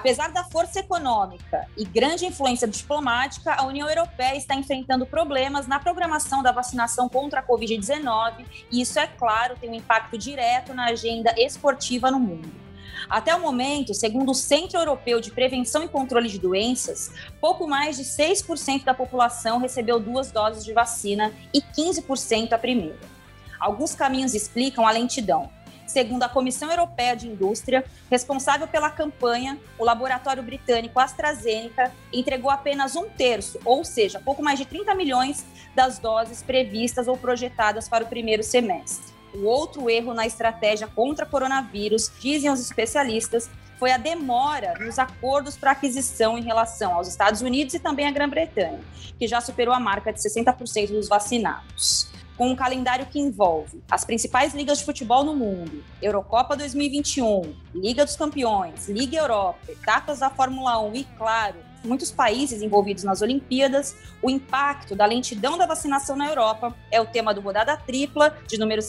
Apesar da força econômica e grande influência diplomática, a União Europeia está enfrentando problemas na programação da vacinação contra a Covid-19 e isso, é claro, tem um impacto direto na agenda esportiva no mundo. Até o momento, segundo o Centro Europeu de Prevenção e Controle de Doenças, pouco mais de 6% da população recebeu 2 doses de vacina e 15% a primeira. Alguns caminhos explicam a lentidão. Segundo a Comissão Europeia de Indústria, responsável pela campanha, o laboratório britânico AstraZeneca entregou apenas 1/3, ou seja, pouco mais de 30 milhões das doses previstas ou projetadas para o primeiro semestre. O outro erro na estratégia contra coronavírus, dizem os especialistas, foi a demora nos acordos para aquisição em relação aos Estados Unidos e também à Grã-Bretanha, que já superou a marca de 60% dos vacinados. Com um calendário que envolve as principais ligas de futebol no mundo, Eurocopa 2021, Liga dos Campeões, Liga Europa, etapas da Fórmula 1 e, claro, muitos países envolvidos nas Olimpíadas, o impacto da lentidão da vacinação na Europa é o tema do Rodada Tripla, de número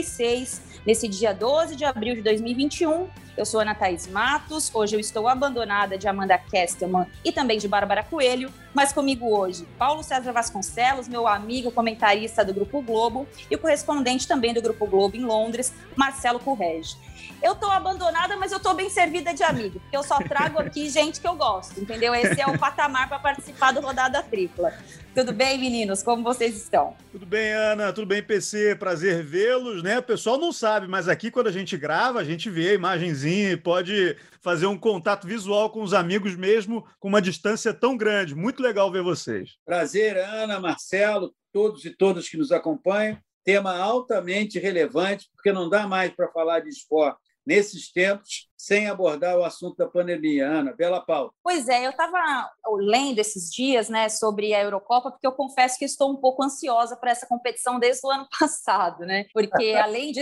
76, nesse dia 12 de abril de 2021. Eu sou Ana Thaís Matos, hoje eu estou abandonada de Amanda Kestelman e também de Bárbara Coelho, mas comigo hoje, Paulo César Vasconcelos, meu amigo comentarista do Grupo Globo, e o correspondente também do Grupo Globo em Londres, Marcelo Correge. Eu tô abandonada, mas eu tô bem servida de amigo, porque eu só trago aqui gente que eu gosto, entendeu? Esse é o patamar para participar do Rodada Tripla. Tudo bem, meninos? Como vocês estão? Tudo bem, Ana? Tudo bem, PC? Prazer vê-los, né? O pessoal não sabe, mas aqui quando a gente grava, a gente vê a imagenzinha e pode fazer um contato visual com os amigos mesmo com uma distância tão grande. Muito legal ver vocês. Prazer, Ana, Marcelo, todos e todas que nos acompanham. Tema altamente relevante, porque não dá mais para falar de esporte nesses tempos, sem abordar o assunto da pandemia. Ana, bela pauta. Pois é, eu estava lendo esses dias, né, sobre a Eurocopa, porque eu confesso que estou um pouco ansiosa para essa competição desde o ano passado, né? Porque além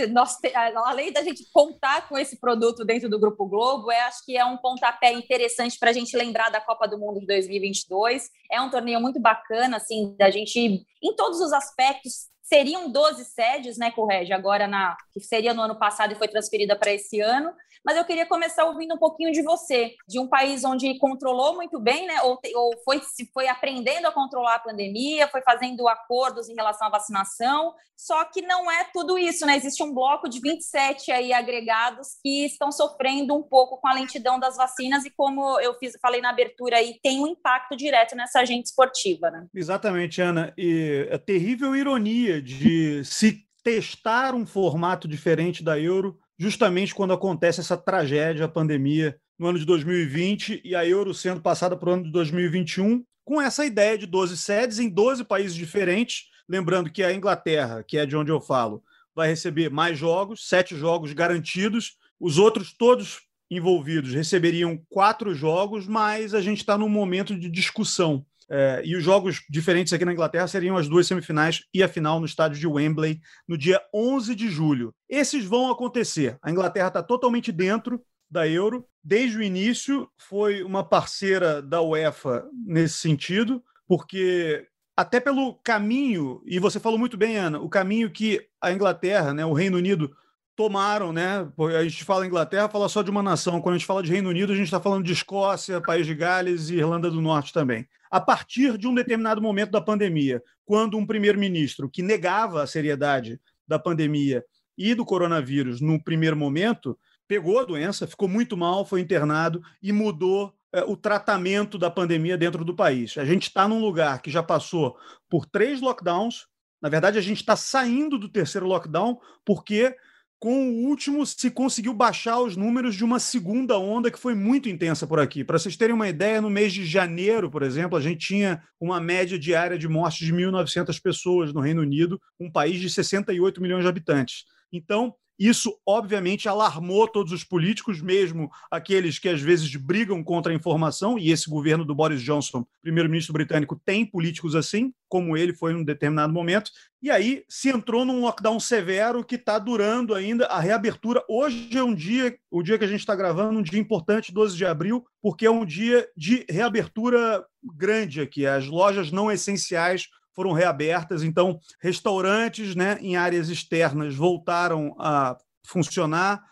da gente contar com esse produto dentro do Grupo Globo, acho que é um pontapé interessante para a gente lembrar da Copa do Mundo de 2022. É um torneio muito bacana, assim, da gente, em todos os aspectos. Seriam 12 sedes, né, Correge, agora que seria no ano passado e foi transferida para esse ano, mas eu queria começar ouvindo um pouquinho de você, de um país onde controlou muito bem, né, ou foi aprendendo a controlar a pandemia, foi fazendo acordos em relação à vacinação, só que não é tudo isso, né, existe um bloco de 27 aí agregados que estão sofrendo um pouco com a lentidão das vacinas e como eu falei na abertura aí, tem um impacto direto nessa agenda esportiva, né? Exatamente, Ana, e a terrível ironia de se testar um formato diferente da Euro justamente quando acontece essa tragédia, a pandemia, no ano de 2020 e a Euro sendo passada para o ano de 2021, com essa ideia de 12 sedes em 12 países diferentes. Lembrando que a Inglaterra, que é de onde eu falo, vai receber mais jogos, 7 jogos garantidos, os outros todos envolvidos receberiam 4 jogos, mas a gente está num momento de discussão. E os jogos diferentes aqui na Inglaterra seriam as 2 semifinais e a final no estádio de Wembley, no dia 11 de julho. Esses vão acontecer. A Inglaterra está totalmente dentro da Euro. Desde o início, foi uma parceira da UEFA nesse sentido, porque até pelo caminho, e você falou muito bem, Ana, o caminho que a Inglaterra, né, o Reino Unido, tomaram, né? A gente fala Inglaterra, fala só de uma nação. Quando a gente fala de Reino Unido, a gente está falando de Escócia, País de Gales e Irlanda do Norte também. A partir de um determinado momento da pandemia, quando um primeiro-ministro que negava a seriedade da pandemia e do coronavírus no primeiro momento, pegou a doença, ficou muito mal, foi internado e mudou o tratamento da pandemia dentro do país. A gente está num lugar que já passou por 3 lockdowns. Na verdade, a gente está saindo do terceiro lockdown porque com o último se conseguiu baixar os números de uma segunda onda que foi muito intensa por aqui. Para vocês terem uma ideia, no mês de janeiro, por exemplo, a gente tinha uma média diária de mortes de 1.900 pessoas no Reino Unido, um país de 68 milhões de habitantes. Então, isso, obviamente, alarmou todos os políticos, mesmo aqueles que às vezes brigam contra a informação, e esse governo do Boris Johnson, primeiro-ministro britânico, tem políticos assim, como ele foi em um determinado momento, e aí se entrou num lockdown severo que está durando ainda a reabertura. Hoje é o dia que a gente está gravando, um dia importante, 12 de abril, porque é um dia de reabertura grande aqui. As lojas não essenciais foram reabertas, então restaurantes, né, em áreas externas voltaram a funcionar,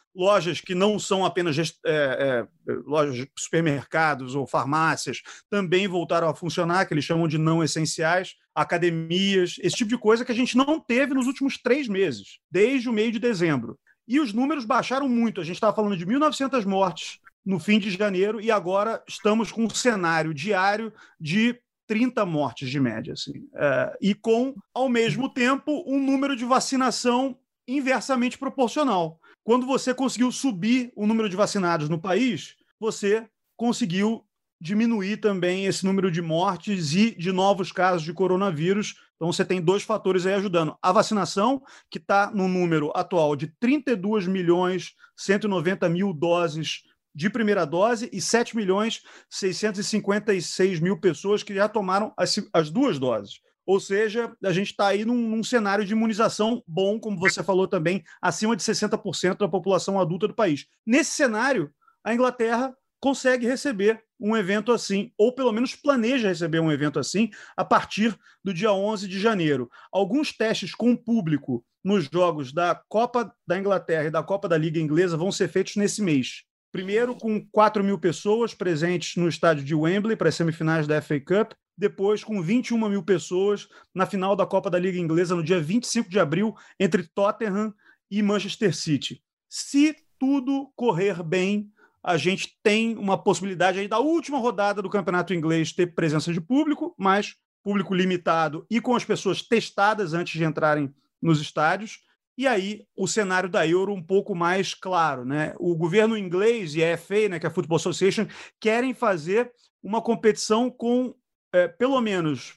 lojas que não são apenas lojas de supermercados ou farmácias também voltaram a funcionar, que eles chamam de não essenciais, academias, esse tipo de coisa que a gente não teve nos últimos 3 meses, desde o meio de dezembro. E os números baixaram muito. A gente estava falando de 1.900 mortes no fim de janeiro e agora estamos com um cenário diário de 30 mortes de média. Assim. E com, ao mesmo tempo, um número de vacinação inversamente proporcional. Quando você conseguiu subir o número de vacinados no país, você conseguiu diminuir também esse número de mortes e de novos casos de coronavírus. Então, você tem 2 fatores aí ajudando. A vacinação, que está no número atual de 32.190.000 doses de primeira dose e 7.656.000 pessoas que já tomaram as 2 doses. Ou seja, a gente está aí num cenário de imunização bom, como você falou também, acima de 60% da população adulta do país. Nesse cenário, a Inglaterra consegue receber um evento assim, ou pelo menos planeja receber um evento assim, a partir do dia 11 de janeiro. Alguns testes com o público nos jogos da Copa da Inglaterra e da Copa da Liga Inglesa vão ser feitos nesse mês. Primeiro, com 4.000 pessoas presentes no estádio de Wembley para as semifinais da FA Cup, depois com 21.000 pessoas na final da Copa da Liga Inglesa no dia 25 de abril, entre Tottenham e Manchester City. Se tudo correr bem, a gente tem uma possibilidade aí da última rodada do Campeonato Inglês ter presença de público, mas público limitado e com as pessoas testadas antes de entrarem nos estádios. E aí o cenário da Euro um pouco mais claro, né? O governo inglês e a FA, né, que é a Football Association, querem fazer uma competição com pelo menos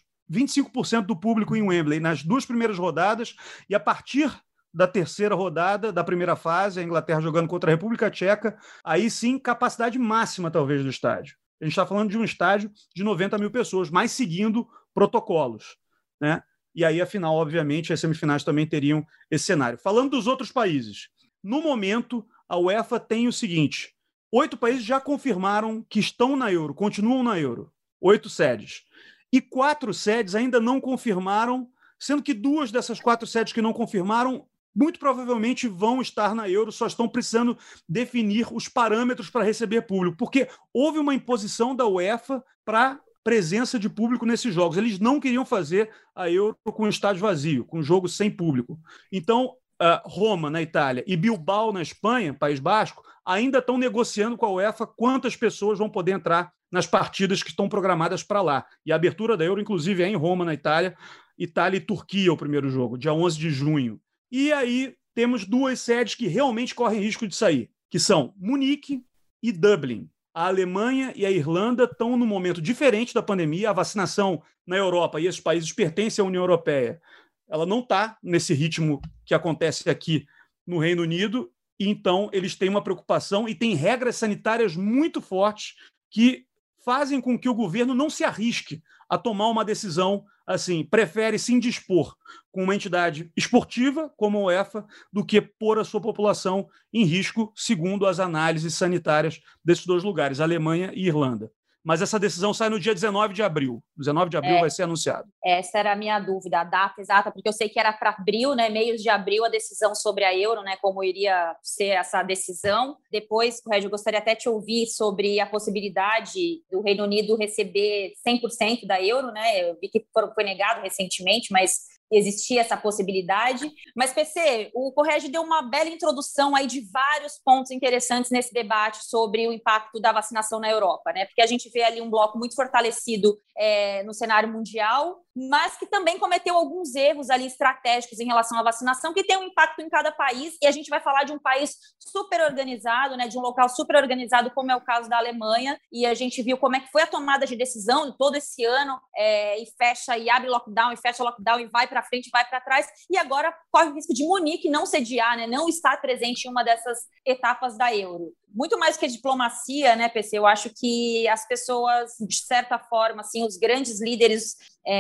25% do público em Wembley nas 2 primeiras rodadas, e a partir da terceira rodada da primeira fase, a Inglaterra jogando contra a República Tcheca, aí sim, capacidade máxima talvez do estádio. A gente está falando de um estádio de 90.000 pessoas, mas seguindo protocolos, né? E aí, afinal, obviamente, as semifinais também teriam esse cenário. Falando dos outros países, no momento, a UEFA tem o seguinte: 8 países já confirmaram que estão na Euro, continuam na Euro. 8 sedes. E 4 sedes ainda não confirmaram, sendo que 2 dessas 4 sedes que não confirmaram muito provavelmente vão estar na Euro, só estão precisando definir os parâmetros para receber público, porque houve uma imposição da UEFA para presença de público nesses jogos. Eles não queriam fazer a Euro com o estádio vazio, com o jogo sem público. Então, Roma, na Itália, e Bilbao, na Espanha, País Basco, ainda estão negociando com a UEFA quantas pessoas vão poder entrar nas partidas que estão programadas para lá. E a abertura da Euro, inclusive, é em Roma, na Itália. Itália e Turquia, o primeiro jogo, dia 11 de junho. E aí temos 2 sedes que realmente correm risco de sair, que são Munique e Dublin. A Alemanha e a Irlanda estão num momento diferente da pandemia. A vacinação na Europa, e esses países pertencem à União Europeia, ela não está nesse ritmo que acontece aqui no Reino Unido, e então eles têm uma preocupação e têm regras sanitárias muito fortes que fazem com que o governo não se arrisque a tomar uma decisão assim, prefere se indispor com uma entidade esportiva como a UEFA do que pôr a sua população em risco, segundo as análises sanitárias desses 2 lugares, Alemanha e Irlanda. Mas essa decisão sai no dia 19 de abril. 19 de abril vai ser anunciado. Essa era a minha dúvida, a data exata, porque eu sei que era para abril, né, meios de abril, a decisão sobre a Euro, né, como iria ser essa decisão. Depois, Régio, eu gostaria até de te ouvir sobre a possibilidade do Reino Unido receber 100% da Euro, né? Eu vi que foi negado recentemente, mas existia essa possibilidade. Mas, PC, o Correge deu uma bela introdução aí de vários pontos interessantes nesse debate sobre o impacto da vacinação na Europa, né? Porque a gente vê ali um bloco muito fortalecido no cenário mundial, mas que também cometeu alguns erros ali estratégicos em relação à vacinação, que tem um impacto em cada país, e a gente vai falar de um país super organizado, né, de um local super organizado, como é o caso da Alemanha, e a gente viu como é que foi a tomada de decisão todo esse ano, e fecha e abre lockdown, e fecha lockdown, e vai para frente, vai para trás, e agora corre o risco de Munique não sediar, né, não estar presente em uma dessas etapas da Euro. Muito mais que a diplomacia, né, PC? Eu acho que as pessoas, de certa forma, assim, os grandes líderes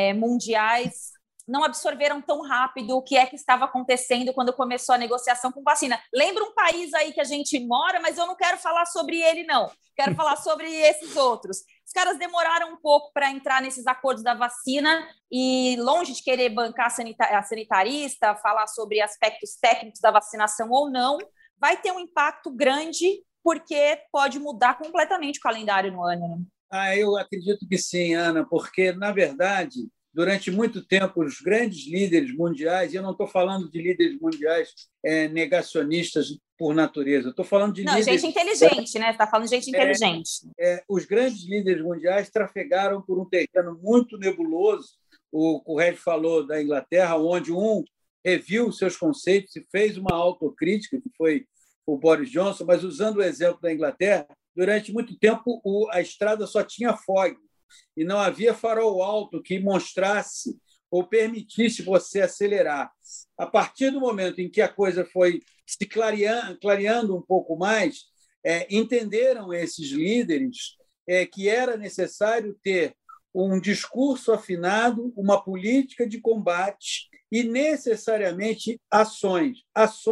mundiais não absorveram tão rápido o que é que estava acontecendo quando começou a negociação com vacina. Lembra um país aí que a gente mora, mas eu não quero falar sobre ele, não. Quero falar sobre esses outros. Os caras demoraram um pouco para entrar nesses acordos da vacina e, longe de querer bancar a sanitarista, falar sobre aspectos técnicos da vacinação ou não, vai ter um impacto grande, porque pode mudar completamente o calendário no ano, né? Eu acredito que sim, Ana, porque, na verdade, durante muito tempo, os grandes líderes mundiais, e eu não estou falando de líderes mundiais negacionistas por natureza, estou falando de líderes... gente inteligente, né? Você está falando de gente inteligente. Os grandes líderes mundiais trafegaram por um terreno muito nebuloso. O Correia falou da Inglaterra, onde um reviu seus conceitos e fez uma autocrítica, que foi o Boris Johnson, mas usando o exemplo da Inglaterra, durante muito tempo a estrada só tinha fog e não havia farol alto que mostrasse ou permitisse você acelerar. A partir do momento em que a coisa foi se clareando um pouco mais, entenderam esses líderes que era necessário ter um discurso afinado, uma política de combate e, necessariamente, ações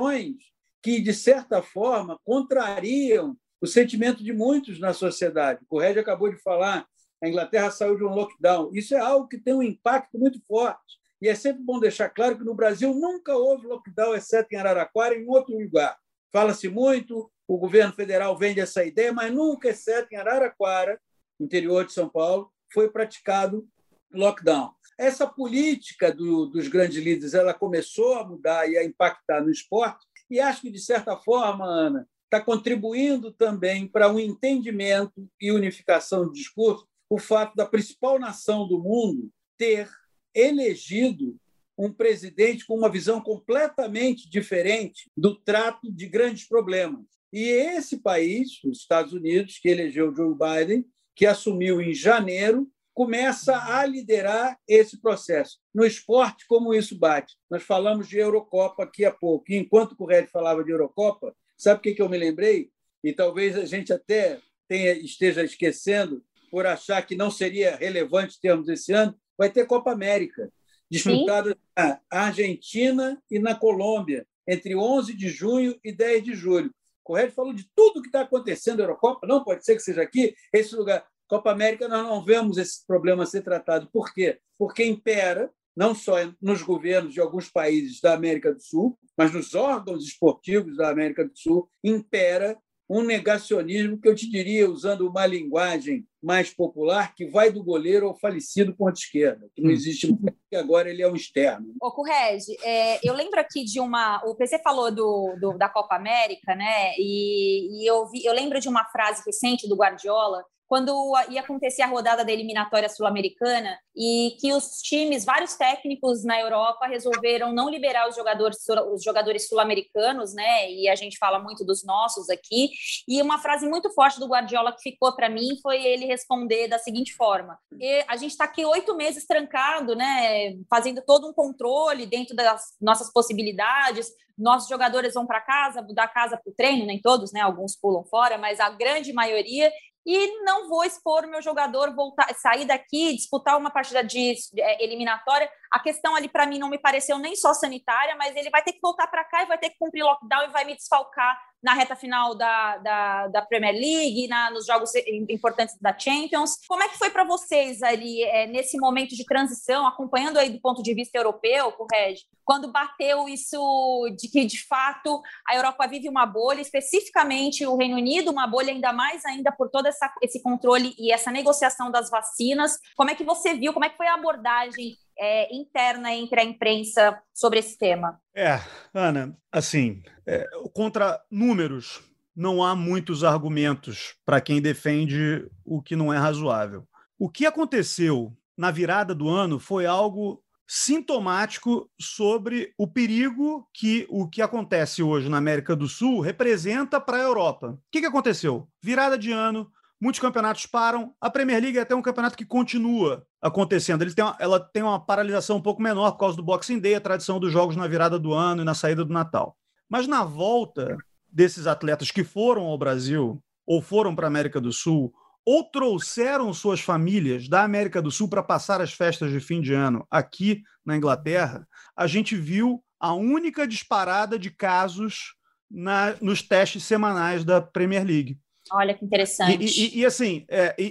que, de certa forma, contrariam o sentimento de muitos na sociedade. O Regi acabou de falar, a Inglaterra saiu de um lockdown. Isso é algo que tem um impacto muito forte. E é sempre bom deixar claro que no Brasil nunca houve lockdown, exceto em Araraquara e em outro lugar. Fala-se muito, o governo federal vende essa ideia, mas nunca, exceto em Araraquara, interior de São Paulo, foi praticado lockdown. Essa política dos grandes líderes ela começou a mudar e a impactar no esporte, e acho que, de certa forma, Ana, está contribuindo também para um entendimento e unificação do discurso o fato da principal nação do mundo ter elegido um presidente com uma visão completamente diferente do trato de grandes problemas. E esse país, os Estados Unidos, que elegeu Joe Biden, que assumiu em janeiro, começa a liderar esse processo. No esporte, como isso bate? Nós falamos de Eurocopa aqui há pouco. E enquanto o Correia falava de Eurocopa, sabe o que eu me lembrei? E talvez a gente até esteja esquecendo por achar que não seria relevante termos esse ano, vai ter Copa América, disputada na Argentina e na Colômbia, entre 11 de junho e 10 de julho. O Correia falou de tudo que está acontecendo na Eurocopa, não pode ser que seja aqui, esse lugar. Copa América, nós não vemos esse problema ser tratado. Por quê? Porque impera, não só nos governos de alguns países da América do Sul, mas nos órgãos esportivos da América do Sul, impera um negacionismo que eu te diria, usando uma linguagem mais popular, que vai do goleiro ao falecido ponta esquerda, que não existe mais, que agora ele é um externo. Ô, Corregi, eu lembro aqui de uma... O PC falou da Copa América, né? E eu lembro de uma frase recente do Guardiola, quando ia acontecer a rodada da eliminatória sul-americana e que os times, vários técnicos na Europa resolveram não liberar os jogadores sul-americanos, né? E a gente fala muito dos nossos aqui. E uma frase muito forte do Guardiola que ficou para mim foi ele responder da seguinte forma: a gente está aqui 8 meses trancado, né? Fazendo todo um controle dentro das nossas possibilidades. Nossos jogadores vão para casa, da casa para o treino, nem todos, né? Alguns pulam fora, mas a grande maioria. E não vou expor o meu jogador sair daqui, disputar uma partida de eliminatória. A questão ali, para mim, não me pareceu nem só sanitária, mas ele vai ter que voltar para cá e vai ter que cumprir lockdown e vai me desfalcar na reta final da Premier League, nos jogos importantes da Champions. Como é que foi para vocês ali, nesse momento de transição, acompanhando aí do ponto de vista europeu, Corregi, quando bateu isso de que, de fato, a Europa vive uma bolha, especificamente o Reino Unido, uma bolha ainda mais ainda por todo esse controle e essa negociação das vacinas? Como é que você viu, como é que foi a abordagem interna entre a imprensa sobre esse tema? Ana, assim, contra números, não há muitos argumentos para quem defende o que não é razoável. O que aconteceu na virada do ano foi algo sintomático sobre o perigo que o que acontece hoje na América do Sul representa para a Europa. O que aconteceu? Virada de ano, muitos campeonatos param, a Premier League é até um campeonato que continua acontecendo. Ela tem uma paralisação um pouco menor por causa do Boxing Day, a tradição dos jogos na virada do ano e na saída do Natal. Mas na volta desses atletas que foram ao Brasil ou foram para a América do Sul ou trouxeram suas famílias da América do Sul para passar as festas de fim de ano aqui na Inglaterra, a gente viu a única disparada de casos nos testes semanais da Premier League. Olha que interessante. E assim,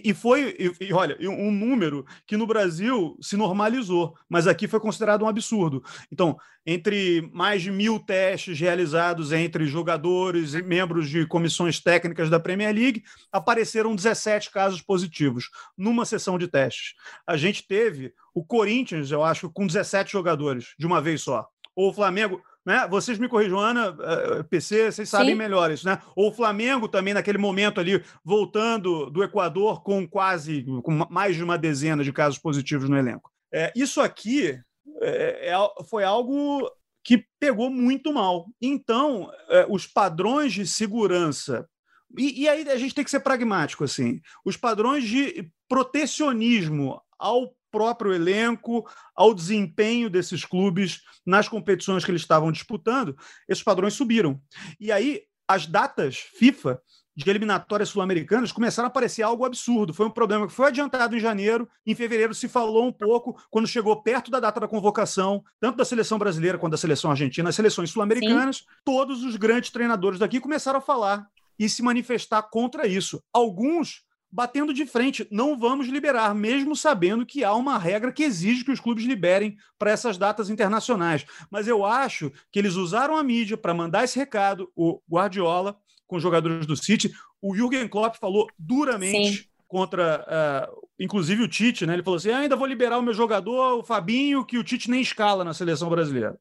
olha, um número que no Brasil se normalizou, mas aqui foi considerado um absurdo. Então, entre mais de 1.000 testes realizados entre jogadores e membros de comissões técnicas da Premier League, apareceram 17 casos positivos numa sessão de testes. A gente teve o Corinthians, eu acho, com 17 jogadores de uma vez só. Ou o Flamengo, né? Vocês me corrijam, Ana, PC, vocês sabem melhor isso, né? Ou o Flamengo também, naquele momento ali, voltando do Equador com mais de uma dezena de casos positivos no elenco. Isso aqui foi algo que pegou muito mal. Então, os padrões de segurança... E aí a gente tem que ser pragmático, assim. Os padrões de protecionismo ao próprio elenco, ao desempenho desses clubes nas competições que eles estavam disputando, esses padrões subiram. E aí, as datas FIFA de eliminatórias sul-americanas começaram a parecer algo absurdo. Foi um problema que foi adiantado em janeiro, em fevereiro se falou um pouco, quando chegou perto da data da convocação, tanto da seleção brasileira quanto da seleção argentina, as seleções sul-americanas, todos os grandes treinadores daqui começaram a falar e se manifestar contra isso. Alguns batendo de frente, não vamos liberar, mesmo sabendo que há uma regra que exige que os clubes liberem para essas datas internacionais. Mas eu acho que eles usaram a mídia para mandar esse recado. O Guardiola, com os jogadores do City, o Jürgen Klopp falou duramente contra, inclusive o Tite, né? Ele falou assim, ainda vou liberar o meu jogador, o Fabinho, que o Tite nem escala na seleção brasileira.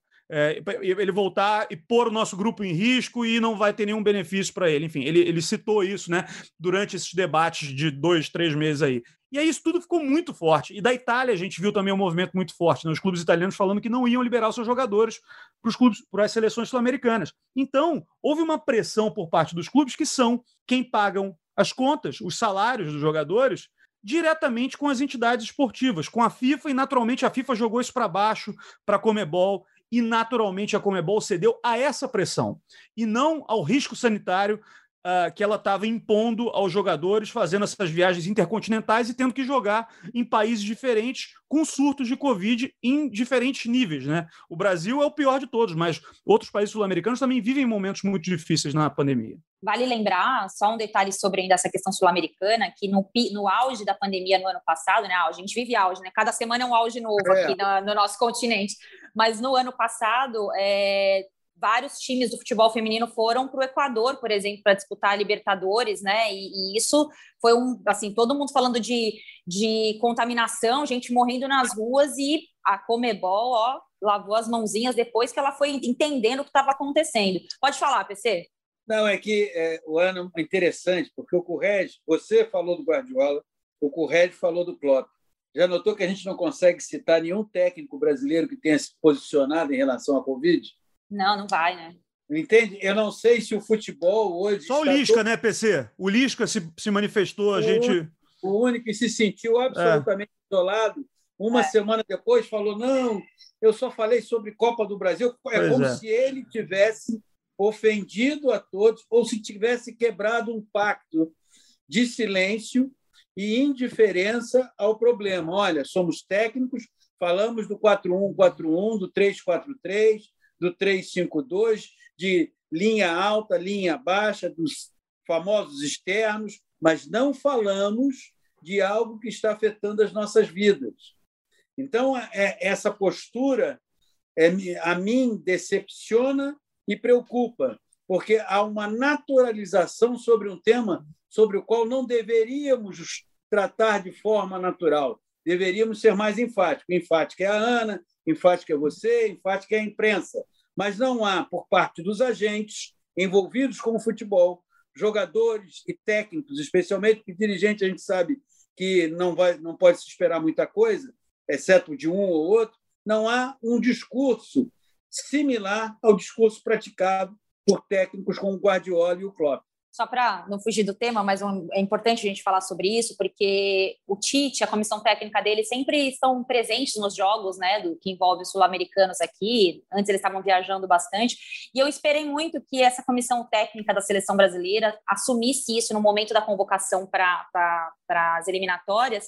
Ele voltar e pôr o nosso grupo em risco e não vai ter nenhum benefício para ele. Enfim, ele citou isso, né, durante esses debates de 2, 3 meses aí. E aí isso tudo ficou muito forte. E da Itália a gente viu também um movimento muito forte, né, os clubes italianos falando que não iam liberar os seus jogadores para as seleções sul-americanas. Então, houve uma pressão por parte dos clubes que são quem pagam as contas, os salários dos jogadores, diretamente com as entidades esportivas, com a FIFA, e naturalmente a FIFA jogou isso para baixo, para a Conmebol, e naturalmente a Conmebol cedeu a essa pressão e não ao risco sanitário que ela estava impondo aos jogadores, fazendo essas viagens intercontinentais e tendo que jogar em países diferentes com surtos de Covid em diferentes níveis, né? O Brasil é o pior de todos, mas outros países sul-americanos também vivem momentos muito difíceis na pandemia. Vale lembrar, só um detalhe sobre ainda essa questão sul-americana, que no auge da pandemia no ano passado, né? A gente vive auge, né? Cada semana é um auge novo aqui no nosso continente. Mas no ano passado, vários times do futebol feminino foram para o Equador, por exemplo, para disputar a Libertadores, né? E isso foi assim, todo mundo falando de contaminação, gente morrendo nas ruas, e a Conmebol, lavou as mãozinhas depois que ela foi entendendo o que estava acontecendo. Pode falar, PC? Não, é que o ano é interessante, porque o Corrêa, você falou do Guardiola, o Corrêa falou do Klopp. Já notou que a gente não consegue citar nenhum técnico brasileiro que tenha se posicionado em relação à Covid? Não vai, né? Entende? Eu não sei se o futebol hoje... Só o Lisca, né, PC? O Lisca se manifestou, a gente... O único que se sentiu absolutamente isolado, uma semana depois falou, não, eu só falei sobre Copa do Brasil. Se ele tivesse ofendido a todos ou se tivesse quebrado um pacto de silêncio e indiferença ao problema. Olha, somos técnicos, falamos do 4-1-4-1, do 3-4-3, do 3-5-2, de linha alta, linha baixa, dos famosos externos, mas não falamos de algo que está afetando as nossas vidas. Então, essa postura a mim decepciona e preocupa, porque há uma naturalização sobre um tema sobre o qual não deveríamos tratar de forma natural. Deveríamos ser mais enfáticos. Enfática é a Ana, enfática é você, enfática é a imprensa. Mas não há, por parte dos agentes envolvidos com o futebol, jogadores e técnicos, especialmente porque dirigente a gente sabe que não pode se esperar muita coisa, exceto de um ou outro, não há um discurso similar ao discurso praticado por técnicos como o Guardiola e o Klopp. Só para não fugir do tema, mas é importante a gente falar sobre isso, porque o Tite, a comissão técnica dele, sempre estão presentes nos jogos, né, que envolve os sul-americanos aqui. Antes eles estavam viajando bastante, e eu esperei muito que essa comissão técnica da seleção brasileira assumisse isso no momento da convocação para as eliminatórias,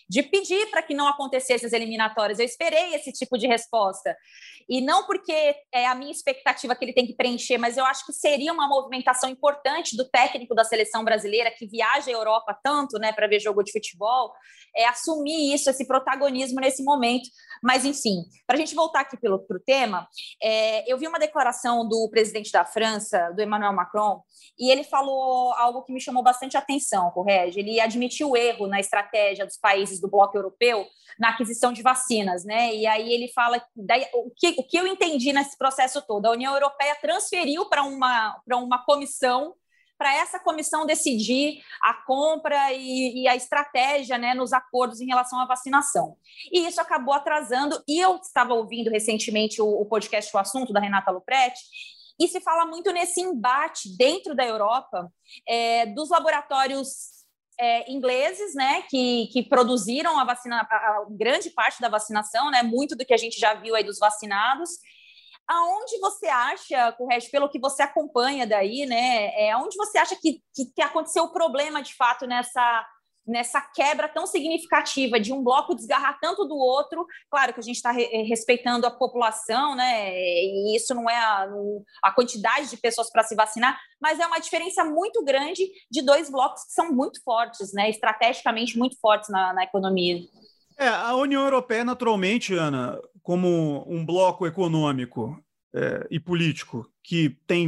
de pedir para que não acontecessem as eliminatórias. Eu esperei esse tipo de resposta. E não porque é a minha expectativa que ele tem que preencher, mas eu acho que seria uma movimentação importante do técnico da seleção brasileira, que viaja à Europa tanto, né, para ver jogo de futebol, assumir isso, esse protagonismo nesse momento. Mas, enfim, para a gente voltar aqui para o tema, eu vi uma declaração do presidente da França, do Emmanuel Macron, e ele falou algo que me chamou bastante atenção, Correge. Ele admitiu o erro na estratégia dos países do bloco europeu na aquisição de vacinas, né? E aí ele fala, o que eu entendi nesse processo todo, a União Europeia transferiu para uma comissão, para essa comissão decidir a compra e a estratégia, né, nos acordos em relação à vacinação. E isso acabou atrasando, e eu estava ouvindo recentemente o podcast O Assunto, da Renata Lupretti, e se fala muito nesse embate dentro da Europa dos laboratórios ingleses, né, que produziram a vacina, a grande parte da vacinação, né, muito do que a gente já viu aí dos vacinados. Aonde você acha, Correge, pelo que você acompanha daí, né, aonde você acha que aconteceu o problema, de fato, nessa quebra tão significativa de um bloco desgarrar tanto do outro? Claro que a gente está respeitando a população, né, e isso não é a quantidade de pessoas para se vacinar, mas é uma diferença muito grande de dois blocos que são muito fortes, né, estrategicamente muito fortes na economia. A União Europeia, naturalmente, Ana, como um bloco econômico e político que tem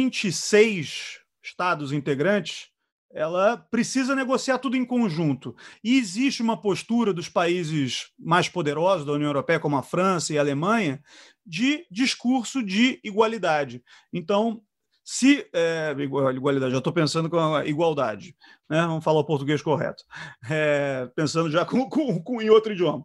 26 estados integrantes, ela precisa negociar tudo em conjunto. E existe uma postura dos países mais poderosos da União Europeia, como a França e a Alemanha, de discurso de igualdade. Então, igualdade, já estou pensando com a igualdade, né? Vamos falar o português correto, pensando já em outro idioma.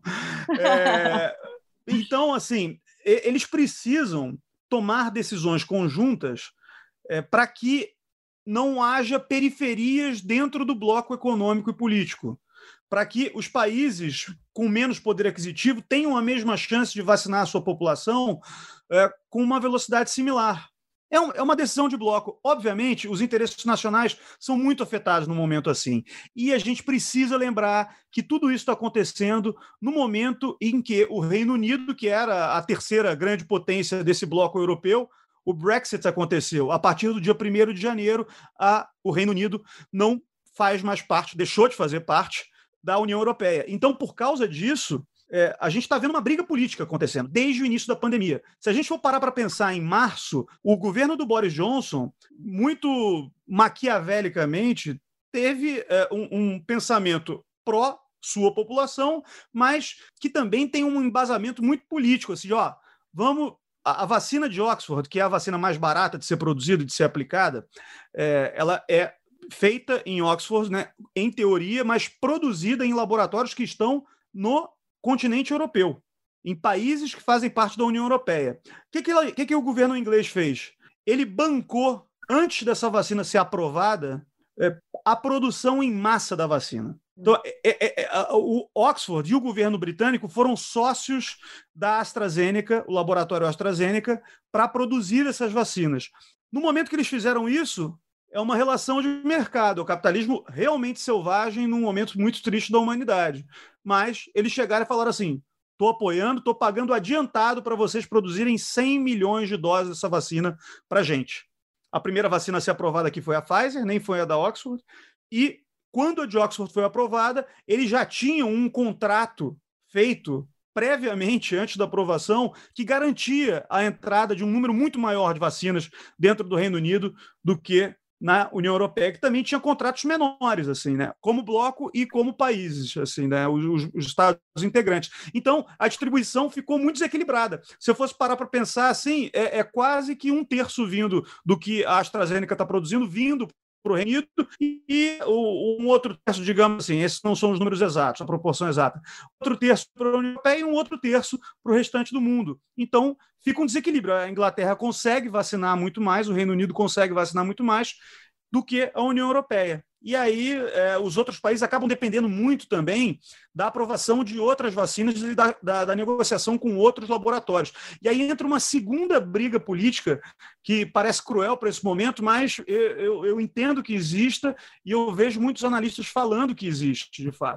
Então, assim, eles precisam tomar decisões conjuntas para que não haja periferias dentro do bloco econômico e político, para que os países com menos poder aquisitivo tenham a mesma chance de vacinar a sua população com uma velocidade similar. É uma decisão de bloco. Obviamente, os interesses nacionais são muito afetados num momento assim. E a gente precisa lembrar que tudo isso está acontecendo no momento em que o Reino Unido, que era a terceira grande potência desse bloco europeu, o Brexit aconteceu. A partir do dia 1º de janeiro, o Reino Unido não faz mais parte, deixou de fazer parte da União Europeia. Então, por causa disso, a gente está vendo uma briga política acontecendo desde o início da pandemia. Se a gente for parar para pensar em março, o governo do Boris Johnson, muito maquiavelicamente, teve um pensamento pró sua população, mas que também tem um embasamento muito político, assim, a vacina de Oxford, que é a vacina mais barata de ser produzida, de ser aplicada, ela é feita em Oxford, né, em teoria, mas produzida em laboratórios que estão no continente europeu, em países que fazem parte da União Europeia. O que o governo inglês fez? Ele bancou, antes dessa vacina ser aprovada, a produção em massa da vacina. Então, o Oxford e o governo britânico foram sócios da AstraZeneca, o laboratório AstraZeneca, para produzir essas vacinas. No momento que eles fizeram isso, é uma relação de mercado, o capitalismo realmente selvagem num momento muito triste da humanidade. Mas eles chegaram e falaram assim: estou apoiando, estou pagando adiantado para vocês produzirem 100 milhões de doses dessa vacina para a gente. A primeira vacina a ser aprovada aqui foi a Pfizer, nem foi a da Oxford, e quando a de Oxford foi aprovada, eles já tinham um contrato feito previamente, antes da aprovação, que garantia a entrada de um número muito maior de vacinas dentro do Reino Unido do que na União Europeia, que também tinha contratos menores, assim, né? Como bloco e como países, assim, né? Os Estados integrantes. Então, a distribuição ficou muito desequilibrada. Se eu fosse parar para pensar, assim, é quase que 1/3 vindo do que a AstraZeneca está produzindo, vindo para o Reino Unido, e um outro terço, digamos assim, esses não são os números exatos, a proporção exata, outro terço para a União Europeia e um outro terço para o restante do mundo. Então, fica um desequilíbrio. A Inglaterra consegue vacinar muito mais, o Reino Unido consegue vacinar muito mais do que a União Europeia. E aí os outros países acabam dependendo muito também da aprovação de outras vacinas e da negociação com outros laboratórios. E aí entra uma segunda briga política que parece cruel para esse momento, mas eu entendo que exista e eu vejo muitos analistas falando que existe, de fato,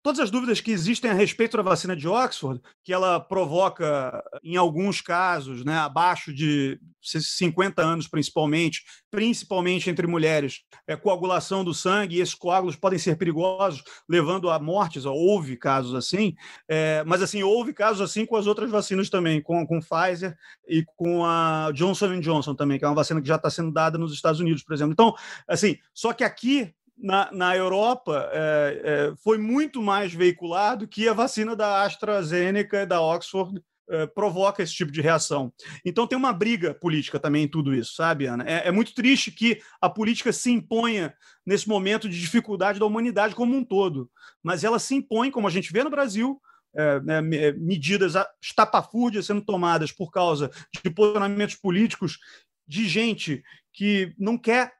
todas as dúvidas que existem a respeito da vacina de Oxford, que ela provoca, em alguns casos, né, abaixo de 50 anos principalmente entre mulheres, coagulação do sangue, e esses coágulos podem ser perigosos, levando a mortes. Houve casos assim, mas assim, houve casos assim com as outras vacinas também, com Pfizer e com a Johnson & Johnson também, que é uma vacina que já está sendo dada nos Estados Unidos, por exemplo. Então, assim, só que aqui na Europa foi muito mais veiculado que a vacina da AstraZeneca e da Oxford provoca esse tipo de reação. Então tem uma briga política também em tudo isso, sabe, Ana? É muito triste que a política se imponha nesse momento de dificuldade da humanidade como um todo, mas ela se impõe, como a gente vê no Brasil, medidas estapafúrdias sendo tomadas por causa de posicionamentos políticos de gente que não quer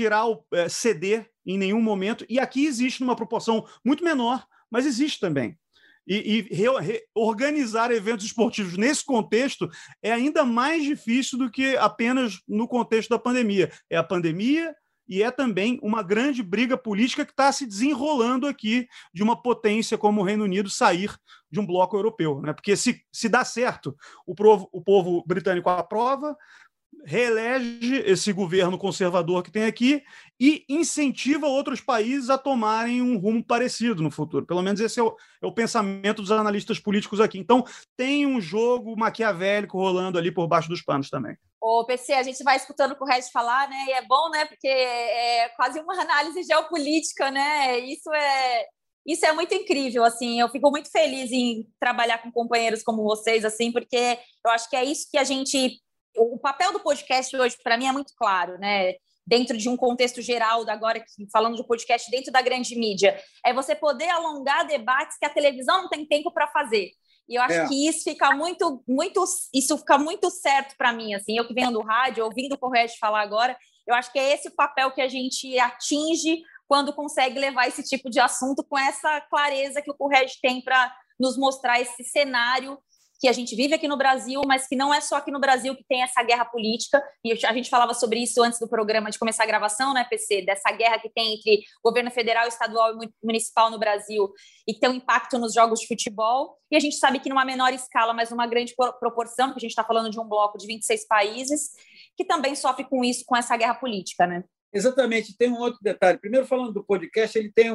ceder em nenhum momento, e aqui existe numa proporção muito menor, mas existe também. E organizar eventos esportivos nesse contexto é ainda mais difícil do que apenas no contexto da pandemia. É a pandemia e é também uma grande briga política que está se desenrolando aqui de uma potência como o Reino Unido sair de um bloco europeu, né? Porque se dá certo, o povo britânico aprova, reelege esse governo conservador que tem aqui e incentiva outros países a tomarem um rumo parecido no futuro. Pelo menos esse é o pensamento dos analistas políticos aqui. Então, tem um jogo maquiavélico rolando ali por baixo dos panos também. Ô, PC, a gente vai escutando o que o Regis falar, né? E é bom, né? Porque é quase uma análise geopolítica, né? Isso é muito incrível, assim. Eu fico muito feliz em trabalhar com companheiros como vocês, assim, porque eu acho que é isso que a gente... O papel do podcast hoje, para mim, é muito claro, né? Dentro de um contexto geral, agora falando de podcast dentro da grande mídia, é você poder alongar debates que a televisão não tem tempo para fazer. E eu acho que isso fica isso fica muito certo para mim, assim. Eu que venho do rádio, ouvindo o Correia falar agora, eu acho que é esse o papel que a gente atinge quando consegue levar esse tipo de assunto com essa clareza que o Correia tem para nos mostrar esse cenário que a gente vive aqui no Brasil, mas que não é só aqui no Brasil que tem essa guerra política, e a gente falava sobre isso antes do programa de começar a gravação, né, PC, dessa guerra que tem entre governo federal, estadual e municipal no Brasil, e que tem um impacto nos jogos de futebol, e a gente sabe que numa menor escala, mas numa grande proporção, porque a gente está falando de um bloco de 26 países, que também sofre com isso, com essa guerra política, né? Exatamente. Tem um outro detalhe. Primeiro, falando do podcast, ele tem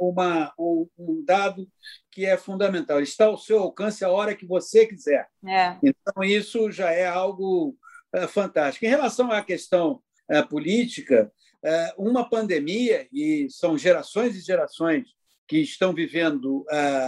um dado que é fundamental. Ele está ao seu alcance a hora que você quiser. Então, isso já é algo fantástico. Em relação à questão política, uma pandemia, e são gerações e gerações que estão vivendo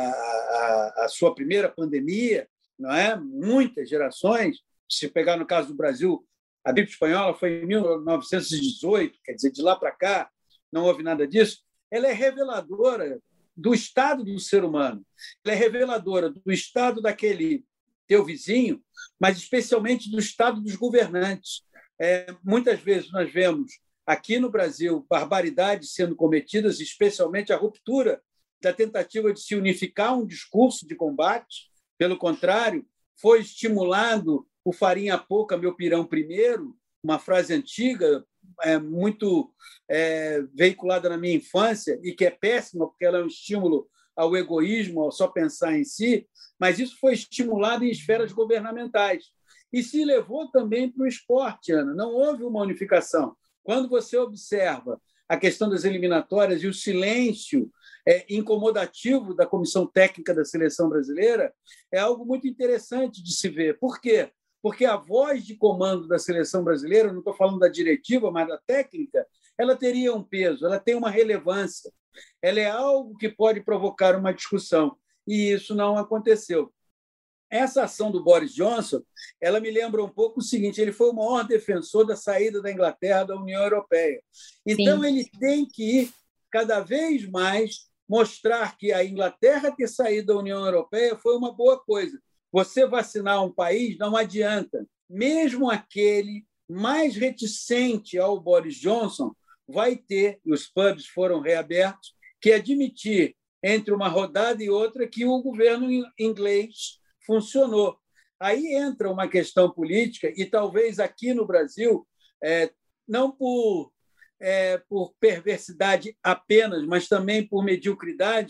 a sua primeira pandemia, não é? Muitas gerações. Se pegar no caso do Brasil, a gripe espanhola foi em 1918, quer dizer, de lá para cá não houve nada disso. Ela é reveladora do estado do ser humano. Ela é reveladora do estado daquele teu vizinho, mas especialmente do estado dos governantes. Muitas vezes nós vemos aqui no Brasil barbaridades sendo cometidas, especialmente a ruptura da tentativa de se unificar um discurso de combate. Pelo contrário, foi estimulado o farinha pouca, meu pirão primeiro, uma frase antiga, muito veiculada na minha infância e que é péssima porque ela é um estímulo ao egoísmo, ao só pensar em si, mas isso foi estimulado em esferas governamentais. E se levou também para o esporte, Ana. Não houve uma unificação. Quando você observa a questão das eliminatórias e o silêncio incomodativo da comissão técnica da seleção brasileira, é algo muito interessante de se ver. Por quê? Porque a voz de comando da seleção brasileira, não estou falando da diretiva, mas da técnica, ela teria um peso, ela tem uma relevância, ela é algo que pode provocar uma discussão, e isso não aconteceu. Essa ação do Boris Johnson, ela me lembra um pouco o seguinte: ele foi o maior defensor da saída da Inglaterra da União Europeia. Então, Sim. Ele tem que ir cada vez mais mostrar que a Inglaterra ter saído da União Europeia foi uma boa coisa. Você vacinar um país não adianta. Mesmo aquele mais reticente ao Boris Johnson vai ter, e os pubs foram reabertos, que admitir, entre uma rodada e outra, que o governo inglês funcionou. Aí entra uma questão política, e talvez aqui no Brasil, não por perversidade apenas, mas também por mediocridade,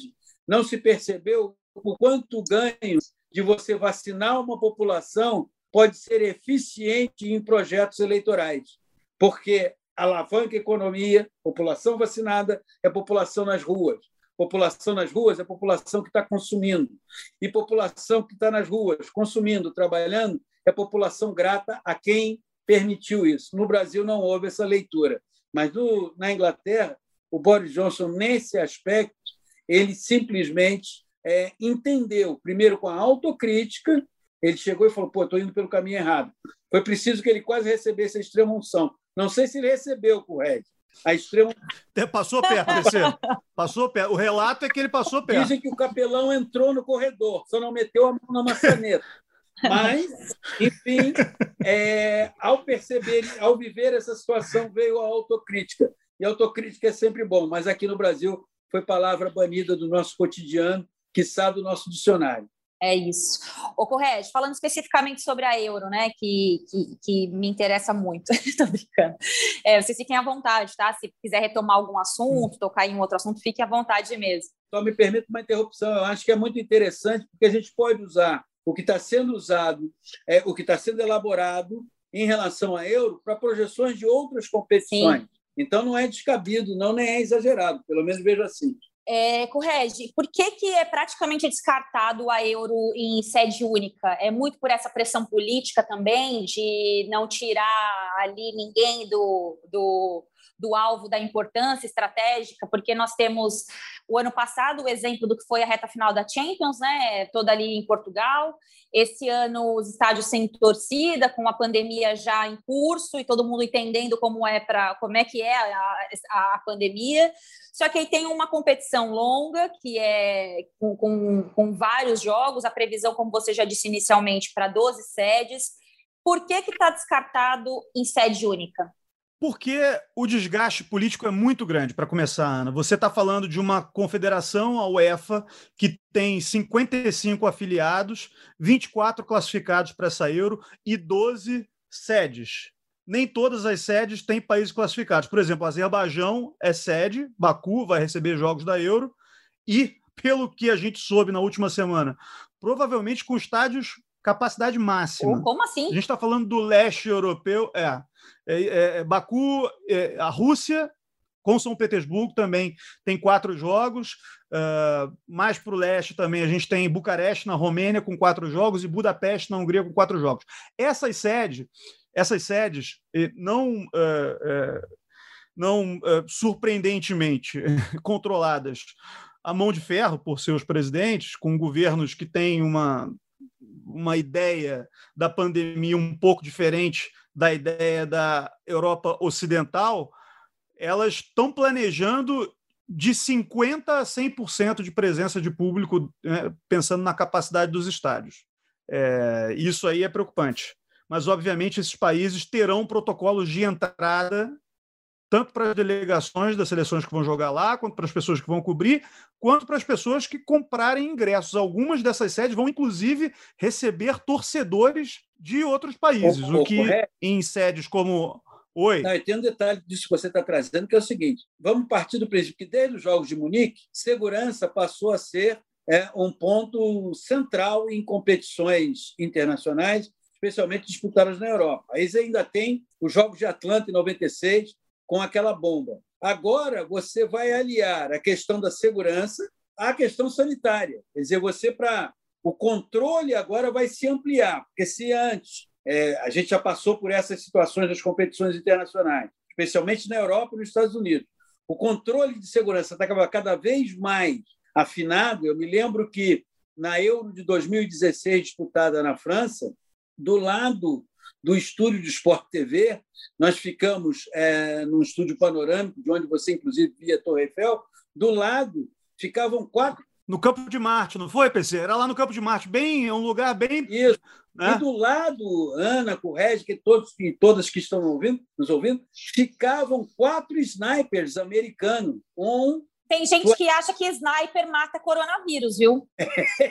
não se percebeu o quanto o ganho de você vacinar uma população pode ser eficiente em projetos eleitorais, porque alavanca a economia, população vacinada é população nas ruas. População nas ruas é população que está consumindo. E população que está nas ruas, consumindo, trabalhando, é população grata a quem permitiu isso. No Brasil não houve essa leitura. Mas na Inglaterra, o Boris Johnson, nesse aspecto, ele simplesmente entendeu, primeiro com a autocrítica, ele chegou e falou, estou indo pelo caminho errado. Foi preciso que ele quase recebesse a extrema-unção. Não sei se ele recebeu com o Regis. A extrema... Passou perto, PC. Passou perto. O relato é que ele passou perto. Dizem que o capelão entrou no corredor, só não meteu a mão na maçaneta. Mas, enfim, ao viver essa situação, veio a autocrítica. E a autocrítica é sempre bom, mas aqui no Brasil foi palavra banida do nosso cotidiano, quiçá do nosso dicionário. É isso. Ô, Correge, falando especificamente sobre a euro, né, que me interessa muito, estou brincando. Vocês fiquem à vontade, tá? Se quiser retomar algum assunto, tocar em outro assunto, fique à vontade mesmo. Só me permita uma interrupção. Eu acho que é muito interessante, porque a gente pode usar o que está sendo usado, o que está sendo elaborado em relação à euro para projeções de outras competições. Sim. Então, não é descabido, nem é exagerado, pelo menos vejo assim. Correge, por que é praticamente descartado a euro em sede única? É muito por essa pressão política também, de não tirar ali ninguém do alvo da importância estratégica, porque nós temos o ano passado o exemplo do que foi a reta final da Champions, né, toda ali em Portugal. Esse ano os estádios sem torcida, com a pandemia já em curso e todo mundo entendendo como é a pandemia. Só que aí tem uma competição longa, que é com vários jogos, a previsão, como você já disse inicialmente, para 12 sedes. Por que está descartado em sede única? Porque o desgaste político é muito grande, para começar, Ana. Você está falando de uma confederação, a UEFA, que tem 55 afiliados, 24 classificados para essa Euro e 12 sedes. Nem todas as sedes têm países classificados. Por exemplo, o Azerbaijão é sede, Baku vai receber jogos da Euro e, pelo que a gente soube na última semana, provavelmente com estádios capacidade máxima. Como assim? A gente está falando do leste europeu, Baku, a Rússia, com São Petersburgo também tem 4 jogos, mais para o leste também a gente tem Bucareste, na Romênia, com 4 jogos, e Budapeste, na Hungria, com 4 jogos. Essas sedes, não surpreendentemente controladas à mão de ferro por seus presidentes, com governos que têm uma ideia da pandemia um pouco diferente da ideia da Europa Ocidental, elas estão planejando de 50% a 100% de presença de público, né, pensando na capacidade dos estádios. Isso aí é preocupante. Mas, obviamente, esses países terão protocolos de entrada tanto para as delegações das seleções que vão jogar lá, quanto para as pessoas que vão cobrir, quanto para as pessoas que comprarem ingressos. Algumas dessas sedes vão, inclusive, receber torcedores de outros países, o que em sedes como... Oi? Não, tem um detalhe disso que você está trazendo, que é o seguinte: vamos partir do princípio que, desde os Jogos de Munique, segurança passou a ser um ponto central em competições internacionais, especialmente disputadas na Europa. Aí você ainda tem os Jogos de Atlanta, em 96, com aquela bomba. Agora, você vai aliar a questão da segurança à questão sanitária. Quer dizer, o controle agora vai se ampliar, porque se antes a gente já passou por essas situações das competições internacionais, especialmente na Europa e nos Estados Unidos, o controle de segurança está cada vez mais afinado. Eu me lembro que na Euro de 2016, disputada na França, do lado do estúdio de Sport TV, nós ficamos num estúdio panorâmico, de onde você, inclusive, via a Torre Eiffel. Do lado ficavam 4... No Campo de Marte, não foi, PC? Era lá no Campo de Marte, um lugar bem... Isso. Né? E do lado, Ana, Correge, que todos e todas que estão nos ouvindo, ficavam 4 snipers americanos. Tem gente que acha que sniper mata coronavírus, viu?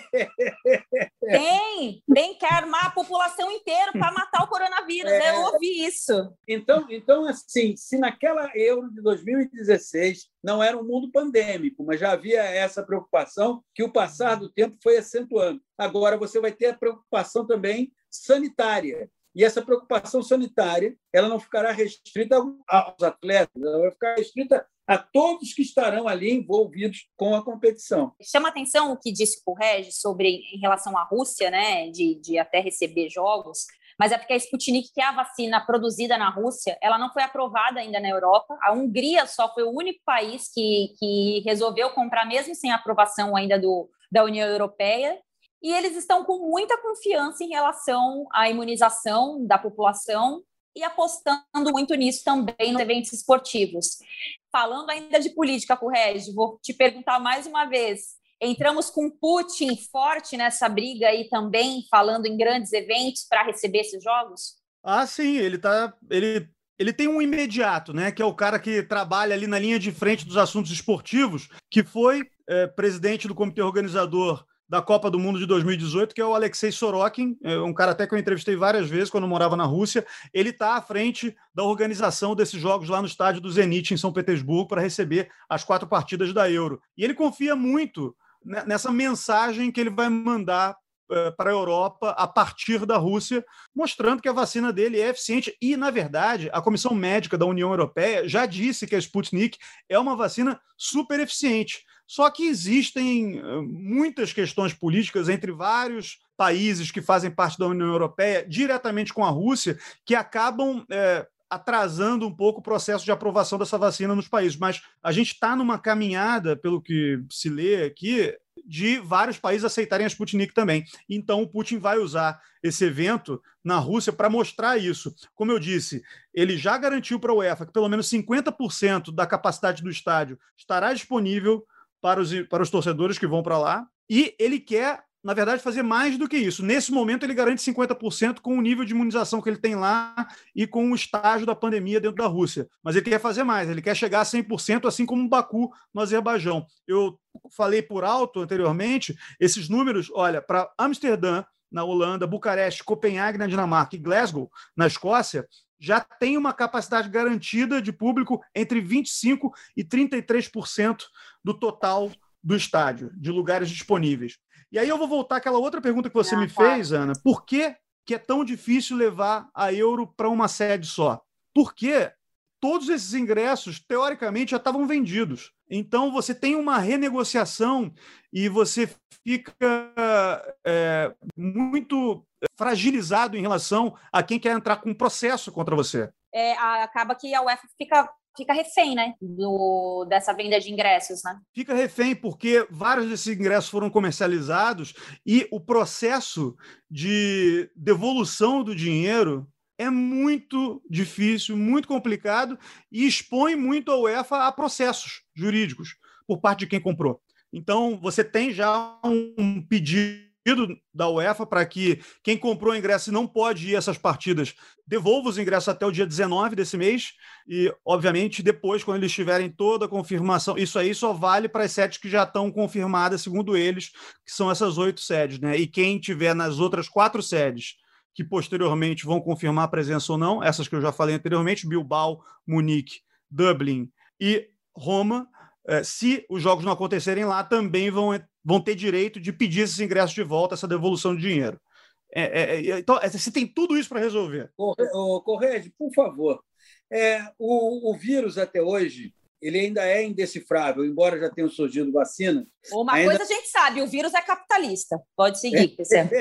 Tem que armar a população inteira para matar o coronavírus. Eu ouvi isso. Então, assim, se naquela Euro de 2016 não era um mundo pandêmico, mas já havia essa preocupação que o passar do tempo foi acentuando. Agora você vai ter a preocupação também sanitária. E essa preocupação sanitária ela não ficará restrita aos atletas, ela vai ficar restrita a todos que estarão ali envolvidos com a competição. Chama atenção o que disse o Regis em relação à Rússia, né, de até receber jogos, mas é porque a Sputnik, que é a vacina produzida na Rússia, ela não foi aprovada ainda na Europa. A Hungria só foi o único país que resolveu comprar, mesmo sem aprovação ainda da União Europeia. E eles estão com muita confiança em relação à imunização da população e apostando muito nisso também nos eventos esportivos. Falando ainda de política, Regis, vou te perguntar mais uma vez. Entramos com Putin forte nessa briga aí também, falando em grandes eventos para receber esses jogos? Ah, sim, ele tem um imediato, né, que é o cara que trabalha ali na linha de frente dos assuntos esportivos, que foi presidente do comitê organizador da Copa do Mundo de 2018, que é o Alexei Sorokin, um cara até que eu entrevistei várias vezes quando eu morava na Rússia. Ele está à frente da organização desses jogos lá no estádio do Zenit, em São Petersburgo, para receber as 4 partidas da Euro. E ele confia muito nessa mensagem que ele vai mandar para a Europa a partir da Rússia, mostrando que a vacina dele é eficiente. E, na verdade, a Comissão Médica da União Europeia já disse que a Sputnik é uma vacina super eficiente. Só que existem muitas questões políticas entre vários países que fazem parte da União Europeia, diretamente com a Rússia, que acabam atrasando um pouco o processo de aprovação dessa vacina nos países. Mas a gente está numa caminhada, pelo que se lê aqui, de vários países aceitarem a Sputnik também. Então, o Putin vai usar esse evento na Rússia para mostrar isso. Como eu disse, ele já garantiu para a UEFA que pelo menos 50% da capacidade do estádio estará disponível para os torcedores que vão para lá, e ele quer, na verdade, fazer mais do que isso. Nesse momento, ele garante 50% com o nível de imunização que ele tem lá e com o estágio da pandemia dentro da Rússia. Mas ele quer fazer mais, ele quer chegar a 100%, assim como Baku, no Azerbaijão. Eu falei por alto anteriormente, esses números, olha, para Amsterdã, na Holanda, Bucareste, Copenhague, na Dinamarca, e Glasgow, na Escócia, já tem uma capacidade garantida de público entre 25% e 33% do total do estádio, de lugares disponíveis. E aí eu vou voltar àquela outra pergunta que você me fez, Ana. Por que é tão difícil levar a Euro para uma sede só? Porque todos esses ingressos, teoricamente, já estavam vendidos. Então, você tem uma renegociação e você fica muito fragilizado em relação a quem quer entrar com um processo contra você. Acaba que a UEFA fica refém, né, dessa venda de ingressos, né? Fica refém porque vários desses ingressos foram comercializados e o processo de devolução do dinheiro é muito difícil, muito complicado e expõe muito a UEFA a processos jurídicos por parte de quem comprou. Então, você tem já um pedido da UEFA para que quem comprou o ingresso e não pode ir a essas partidas devolva os ingressos até o dia 19 desse mês e, obviamente, depois, quando eles tiverem toda a confirmação, isso aí só vale para as sedes que já estão confirmadas, segundo eles, que são essas 8 sedes, né? E quem tiver nas outras 4 sedes que posteriormente vão confirmar a presença ou não, essas que eu já falei anteriormente, Bilbao, Munique, Dublin e Roma, se os jogos não acontecerem lá, também vão ter direito de pedir esses ingressos de volta, essa devolução de dinheiro. Então, você tem tudo isso para resolver. Correge, por favor. O vírus, até hoje, ele ainda é indecifrável, embora já tenham surgido vacinas. Uma coisa a gente sabe, o vírus é capitalista. Pode seguir,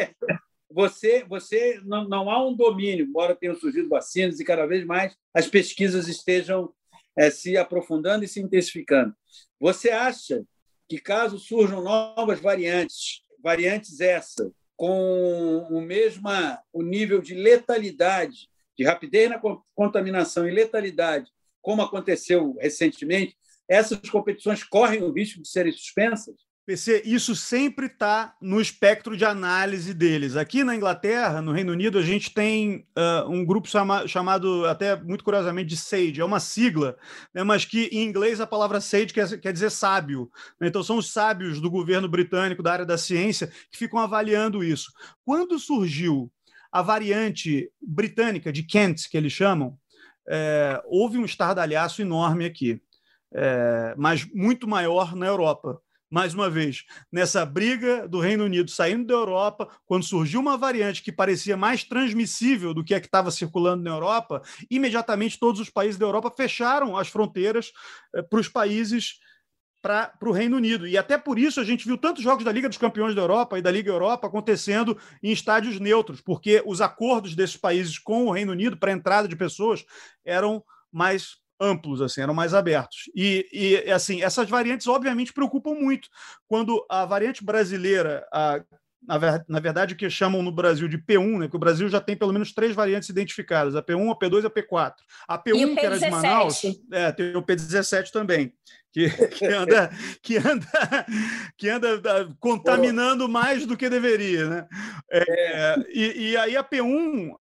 Você não há um domínio, embora tenham surgido vacinas e cada vez mais as pesquisas estejam se aprofundando e se intensificando. Você acha que, caso surjam novas variantes essa, com o nível de letalidade, de rapidez na contaminação e letalidade, como aconteceu recentemente, essas competições correm o risco de serem suspensas? PC, isso sempre está no espectro de análise deles. Aqui na Inglaterra, no Reino Unido, a gente tem um grupo chamado, até muito curiosamente, de SAGE. É uma sigla, né, mas que em inglês a palavra SAGE quer dizer sábio. Então são os sábios do governo britânico, da área da ciência, que ficam avaliando isso. Quando surgiu a variante britânica de Kent, que eles chamam, houve um estardalhaço enorme aqui, mas muito maior na Europa. Mais uma vez, nessa briga do Reino Unido saindo da Europa, quando surgiu uma variante que parecia mais transmissível do que a que estava circulando na Europa, imediatamente todos os países da Europa fecharam as fronteiras para os países, para o Reino Unido. E até por isso a gente viu tantos jogos da Liga dos Campeões da Europa e da Liga Europa acontecendo em estádios neutros, porque os acordos desses países com o Reino Unido para a entrada de pessoas eram mais amplos, assim, eram mais abertos. E assim, essas variantes obviamente preocupam muito. Quando a variante brasileira, na verdade, o que chamam no Brasil de P1, né, que o Brasil já tem pelo menos 3 variantes identificadas, a P1, a P2 e a P4. A P1, e o P17. que era de Manaus, tem o P17 também, que anda contaminando mais do que deveria, né? E aí a P1,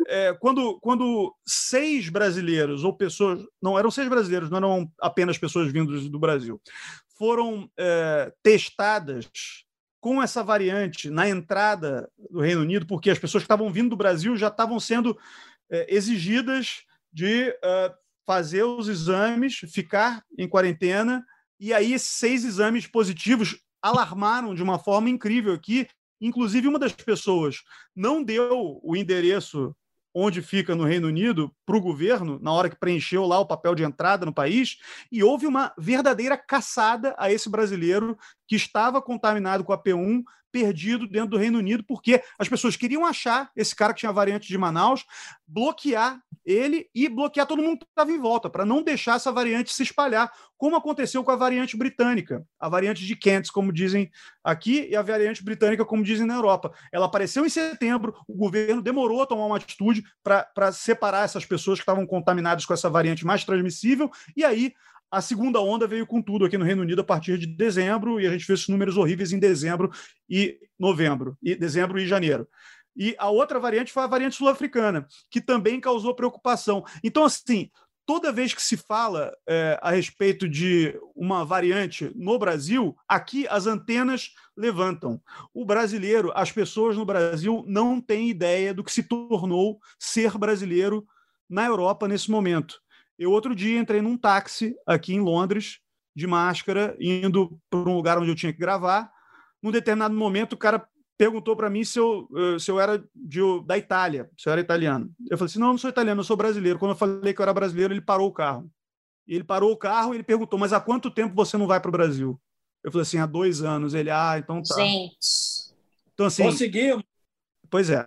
quando 6 brasileiros ou pessoas, não eram 6 brasileiros, não eram apenas pessoas vindas do Brasil, foram testadas com essa variante na entrada do Reino Unido, porque as pessoas que estavam vindo do Brasil já estavam sendo exigidas de fazer os exames, ficar em quarentena, e aí esses 6 exames positivos alarmaram de uma forma incrível aqui. Inclusive, uma das pessoas não deu o endereço onde fica no Reino Unido para o governo, na hora que preencheu lá o papel de entrada no país, e houve uma verdadeira caçada a esse brasileiro que estava contaminado com a P1, perdido dentro do Reino Unido, porque as pessoas queriam achar esse cara que tinha a variante de Manaus, bloquear ele e bloquear todo mundo que estava em volta, para não deixar essa variante se espalhar, como aconteceu com a variante britânica, a variante de Kent, como dizem aqui, e a variante britânica, como dizem na Europa. Ela apareceu em setembro, o governo demorou a tomar uma atitude para separar essas pessoas que estavam contaminadas com essa variante mais transmissível, e aí a segunda onda veio com tudo aqui no Reino Unido a partir de dezembro, e a gente viu esses números horríveis em dezembro e novembro, e dezembro e janeiro. E a outra variante foi a variante sul-africana, que também causou preocupação. Então, assim, toda vez que se fala a respeito de uma variante no Brasil, aqui as antenas levantam. O brasileiro, as pessoas no Brasil não têm ideia do que se tornou ser brasileiro na Europa nesse momento. Eu, outro dia, entrei num táxi aqui em Londres, de máscara, indo para um lugar onde eu tinha que gravar. Num determinado momento, o cara perguntou para mim se eu era da Itália, se eu era italiano. Eu falei assim, não sou italiano, eu sou brasileiro. Quando eu falei que eu era brasileiro, ele parou o carro. E ele parou o carro e ele perguntou, mas há quanto tempo você não vai para o Brasil? Eu falei assim, há 2 anos. Ele, então tá. Gente. Então, assim, conseguimos. Pois é.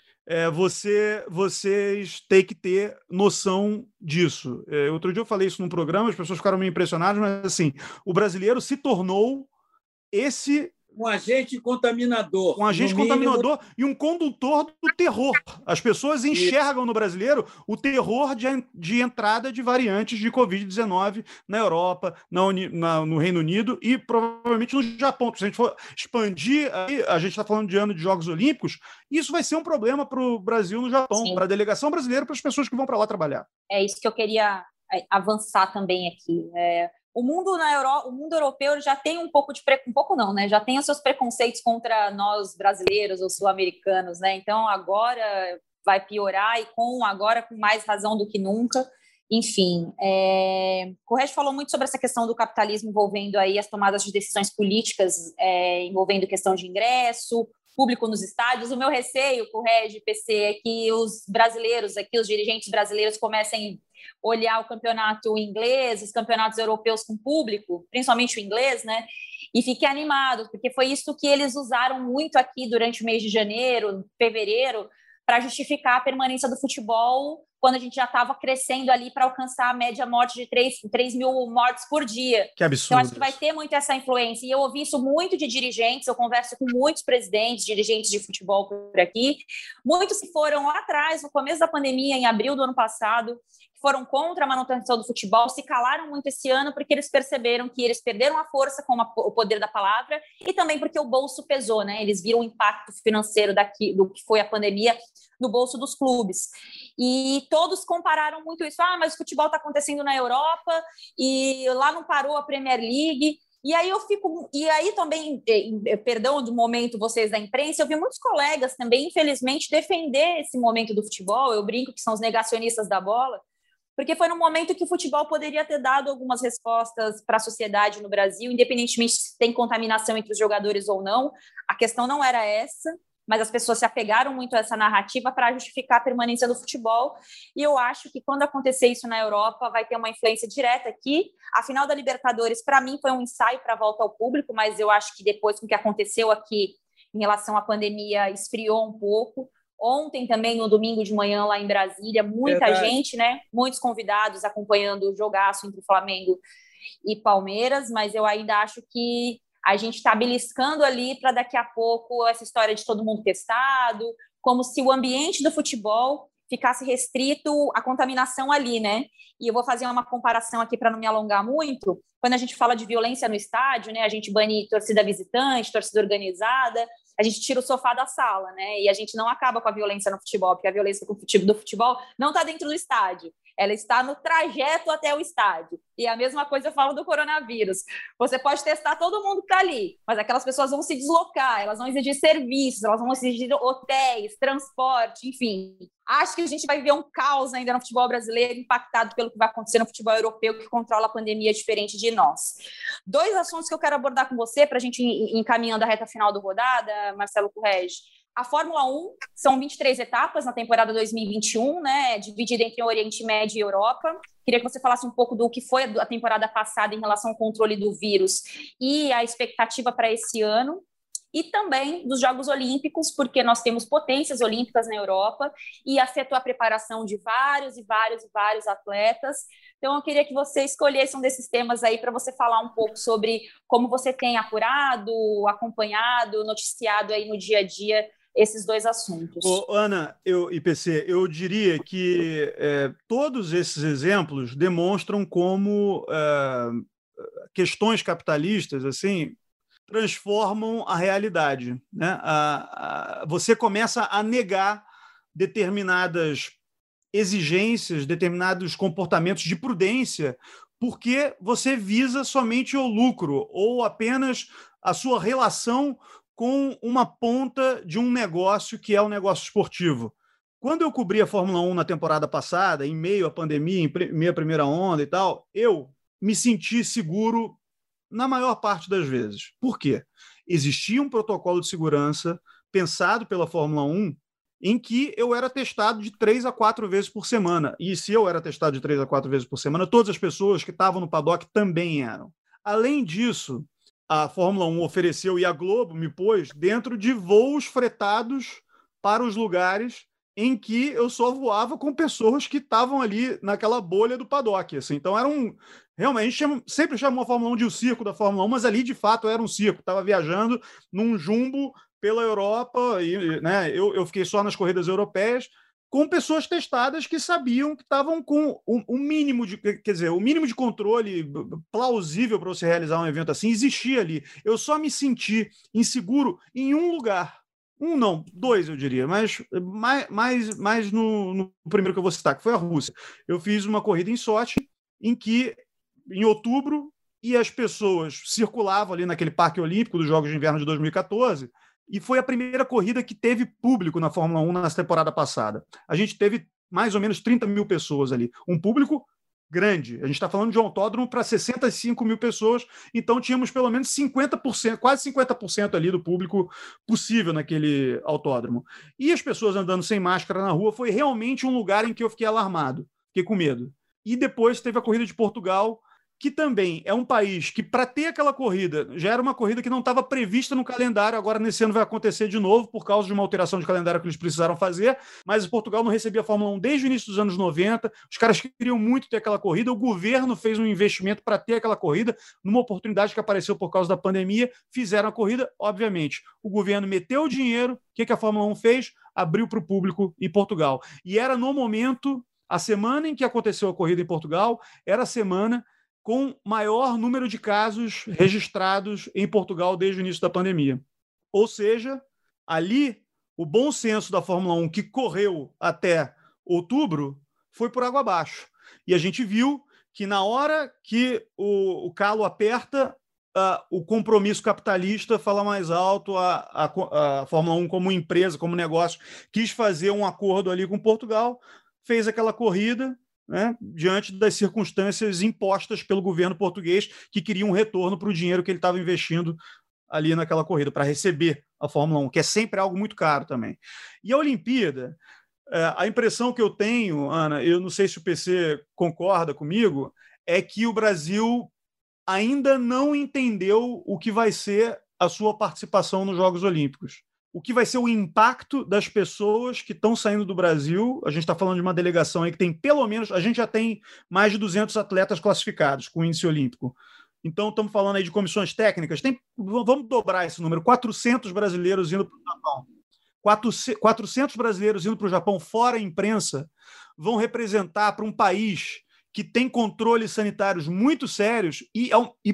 Vocês têm que ter noção disso. Outro dia eu falei isso num programa, as pessoas ficaram meio impressionadas, mas assim, o brasileiro se tornou um agente contaminador. Um agente contaminador e um condutor do terror. As pessoas enxergam no brasileiro o terror de entrada de variantes de Covid-19 na Europa, no Reino Unido e provavelmente no Japão. Se a gente for expandir, a gente está falando de ano de Jogos Olímpicos, isso vai ser um problema para o Brasil no Japão, para a delegação brasileira, para as pessoas que vão para lá trabalhar. É isso que eu queria avançar também aqui. O mundo o mundo europeu já tem um pouco não, né? Já tem os seus preconceitos contra nós brasileiros ou sul-americanos, né? Então agora vai piorar e agora com mais razão do que nunca. Enfim, o Regi falou muito sobre essa questão do capitalismo envolvendo aí as tomadas de decisões políticas, envolvendo questão de ingresso, público nos estádios. O meu receio com o Regi, PC, é que os brasileiros aqui, os dirigentes brasileiros comecem olhar o campeonato inglês, os campeonatos europeus com público, principalmente o inglês, né? E fiquem animados, porque foi isso que eles usaram muito aqui durante o mês de janeiro, fevereiro, para justificar a permanência do futebol quando a gente já estava crescendo ali para alcançar a média morte de 3 mil mortes por dia. Que absurdo. Então, acho que vai ter muito essa influência. E eu ouvi isso muito de dirigentes, eu converso com muitos presidentes, dirigentes de futebol por aqui, muitos que foram lá atrás, no começo da pandemia, em abril do ano passado, foram contra a manutenção do futebol, se calaram muito esse ano porque eles perceberam que eles perderam a força com o poder da palavra e também porque o bolso pesou, né? Eles viram o impacto financeiro do que foi a pandemia no bolso dos clubes. E todos compararam muito isso. Mas o futebol está acontecendo na Europa e lá não parou a Premier League. E aí também, perdão do momento vocês da imprensa, eu vi muitos colegas também, infelizmente, defender esse momento do futebol. Eu brinco que são os negacionistas da bola, porque foi num momento que o futebol poderia ter dado algumas respostas para a sociedade no Brasil, independentemente se tem contaminação entre os jogadores ou não. A questão não era essa, mas as pessoas se apegaram muito a essa narrativa para justificar a permanência do futebol, e eu acho que quando acontecer isso na Europa, vai ter uma influência direta aqui. A final da Libertadores, para mim, foi um ensaio para a volta ao público, mas eu acho que depois com o que aconteceu aqui em relação à pandemia, esfriou um pouco. Ontem também, no domingo de manhã, lá em Brasília, muita gente, né? Muitos convidados acompanhando o jogaço entre Flamengo e Palmeiras, mas eu ainda acho que a gente está beliscando ali para daqui a pouco essa história de todo mundo testado, como se o ambiente do futebol ficasse restrito à contaminação ali, né? E eu vou fazer uma comparação aqui para não me alongar muito. Quando a gente fala de violência no estádio, né? A gente bane torcida visitante, torcida organizada, a gente tira o sofá da sala, né? E a gente não acaba com a violência no futebol, porque a violência do futebol não está dentro do estádio. Ela está no trajeto até o estádio. E a mesma coisa eu falo do coronavírus. Você pode testar todo mundo que está ali, mas aquelas pessoas vão se deslocar, elas vão exigir serviços, elas vão exigir hotéis, transporte, enfim. Acho que a gente vai ver um caos ainda no futebol brasileiro, impactado pelo que vai acontecer no futebol europeu, que controla a pandemia diferente de nós. 2 assuntos que eu quero abordar com você, para a gente ir encaminhando a reta final do rodada, Marcelo Correge. A Fórmula 1 são 23 etapas na temporada 2021, né, dividida entre Oriente Médio e Europa. Queria que você falasse um pouco do que foi a temporada passada em relação ao controle do vírus e a expectativa para esse ano. E também dos Jogos Olímpicos, porque nós temos potências olímpicas na Europa e afetou a preparação de vários atletas. Então, eu queria que você escolhesse um desses temas aí para você falar um pouco sobre como você tem apurado, acompanhado, noticiado aí no dia a dia esses 2 assuntos. Ana e PC, eu diria que todos esses exemplos demonstram como questões capitalistas, assim, transformam a realidade, né? Você começa a negar determinadas exigências, determinados comportamentos de prudência, porque você visa somente o lucro ou apenas a sua relação com uma ponta de um negócio que é o negócio esportivo. Quando eu cobri a Fórmula 1 na temporada passada, em meio à pandemia, em meio à primeira onda e tal, eu me senti seguro na maior parte das vezes. Por quê? Existia um protocolo de segurança pensado pela Fórmula 1 em que eu era testado de 3 a 4 vezes por semana. E se eu era testado de 3 a 4 vezes por semana, todas as pessoas que estavam no paddock também eram. Além disso, a Fórmula 1 ofereceu, e a Globo me pôs, dentro de voos fretados para os lugares em que eu só voava com pessoas que estavam ali naquela bolha do paddock. Assim. Então, era um... Realmente, a gente sempre chamou a Fórmula 1 de o circo da Fórmula 1, mas ali, de fato, era um circo. Estava viajando num jumbo pela Europa, e, né, eu fiquei só nas corridas europeias, com pessoas testadas que sabiam que estavam com o mínimo de, quer dizer, o mínimo de controle plausível para você realizar um evento assim existia ali. Eu só me senti inseguro em um lugar. Um não, 2 eu diria, mas mais no primeiro que eu vou citar, que foi a Rússia. Eu fiz uma corrida em Sochi, em outubro, e as pessoas circulavam ali naquele Parque Olímpico dos Jogos de Inverno de 2014, e foi a primeira corrida que teve público na Fórmula 1 na temporada passada. A gente teve mais ou menos 30 mil pessoas ali. Um público grande. A gente está falando de um autódromo para 65 mil pessoas, então tínhamos pelo menos 50%, quase 50% ali do público possível naquele autódromo. E as pessoas andando sem máscara na rua foi realmente um lugar em que eu fiquei alarmado, fiquei com medo. E depois teve a corrida de Portugal, que também é um país que, para ter aquela corrida, já era uma corrida que não estava prevista no calendário, agora nesse ano vai acontecer de novo, por causa de uma alteração de calendário que eles precisaram fazer, mas Portugal não recebia a Fórmula 1 desde o início dos anos 90, os caras queriam muito ter aquela corrida, o governo fez um investimento para ter aquela corrida, numa oportunidade que apareceu por causa da pandemia, fizeram a corrida, obviamente, o governo meteu o dinheiro, o que a Fórmula 1 fez? Abriu para o público em Portugal. E era no momento, a semana em que aconteceu a corrida em Portugal, era a semana com maior número de casos registrados em Portugal desde o início da pandemia. Ou seja, ali, o bom senso da Fórmula 1, que correu até outubro, foi por água abaixo. E a gente viu que na hora que o calo aperta, o compromisso capitalista fala mais alto, a Fórmula 1 como empresa, como negócio, quis fazer um acordo ali com Portugal, fez aquela corrida, né, diante das circunstâncias impostas pelo governo português, que queria um retorno para o dinheiro que ele estava investindo ali naquela corrida, para receber a Fórmula 1, que é sempre algo muito caro também. E a Olimpíada, a impressão que eu tenho, Ana, eu não sei se o PC concorda comigo, é que o Brasil ainda não entendeu o que vai ser a sua participação nos Jogos Olímpicos. O que vai ser o impacto das pessoas que estão saindo do Brasil. A gente está falando de uma delegação aí que tem pelo menos... A gente já tem mais de 200 atletas classificados com o índice olímpico. Então, estamos falando aí de comissões técnicas. Vamos dobrar esse número. 400 brasileiros indo para o Japão. 400 brasileiros indo para o Japão fora a imprensa vão representar para um país que tem controles sanitários muito sérios e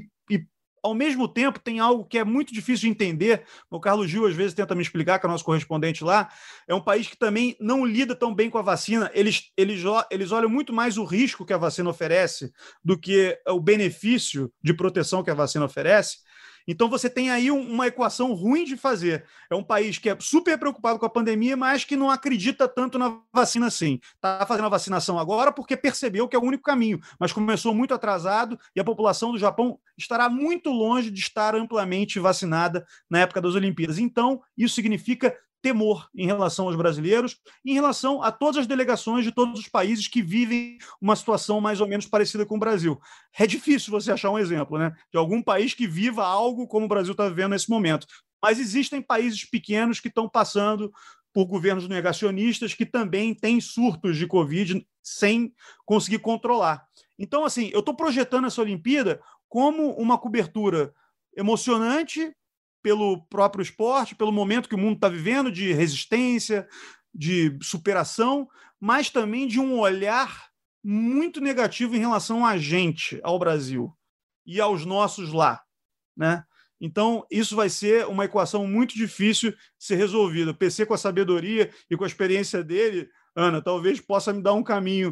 ao mesmo tempo, tem algo que é muito difícil de entender. O Carlos Gil, às vezes, tenta me explicar, que é o nosso correspondente lá. É um país que também não lida tão bem com a vacina. Eles olham muito mais o risco que a vacina oferece do que o benefício de proteção que a vacina oferece. Então, você tem aí uma equação ruim de fazer. É um país que é super preocupado com a pandemia, mas que não acredita tanto na vacina assim. Está fazendo a vacinação agora porque percebeu que é o único caminho, mas começou muito atrasado e a população do Japão estará muito longe de estar amplamente vacinada na época das Olimpíadas. Então, isso significa temor em relação aos brasileiros, em relação a todas as delegações de todos os países que vivem uma situação mais ou menos parecida com o Brasil. É difícil você achar um exemplo, né, de algum país que viva algo como o Brasil está vivendo nesse momento. Mas existem países pequenos que estão passando por governos negacionistas que também têm surtos de Covid sem conseguir controlar. Então, assim, eu estou projetando essa Olimpíada como uma cobertura emocionante pelo próprio esporte, pelo momento que o mundo está vivendo, de resistência, de superação, mas também de um olhar muito negativo em relação a gente, ao Brasil, e aos nossos lá, né? Então, isso vai ser uma equação muito difícil de ser resolvida. O PC, com a sabedoria e com a experiência dele, Ana, talvez possa me dar um caminho.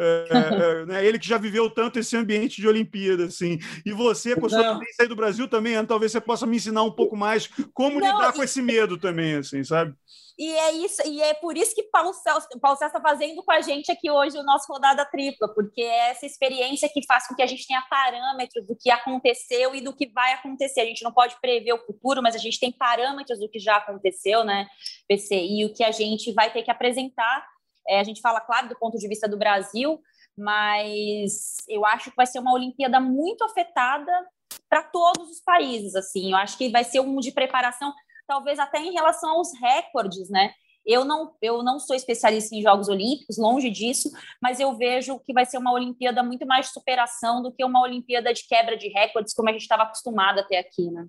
Né? Ele que já viveu tanto esse ambiente de Olimpíada, assim. E você, com a sua experiência aí do Brasil também, Ana, talvez você possa me ensinar um pouco mais como lidar com esse medo também, assim, sabe? E é isso, e é por isso que Paulo Celso está fazendo com a gente aqui hoje o nosso Rodada Tripla, porque é essa experiência que faz com que a gente tenha parâmetros do que aconteceu e do que vai acontecer. A gente não pode prever o futuro, mas a gente tem parâmetros do que já aconteceu, né, PC? E o que a gente vai ter que apresentar. A gente fala, claro, do ponto de vista do Brasil, mas eu acho que vai ser uma Olimpíada muito afetada para todos os países, assim. Eu acho que vai ser um de preparação, talvez até em relação aos recordes, né? Eu não sou especialista em Jogos Olímpicos, longe disso, mas eu vejo que vai ser uma Olimpíada muito mais de superação do que uma Olimpíada de quebra de recordes, como a gente estava acostumado até aqui, né?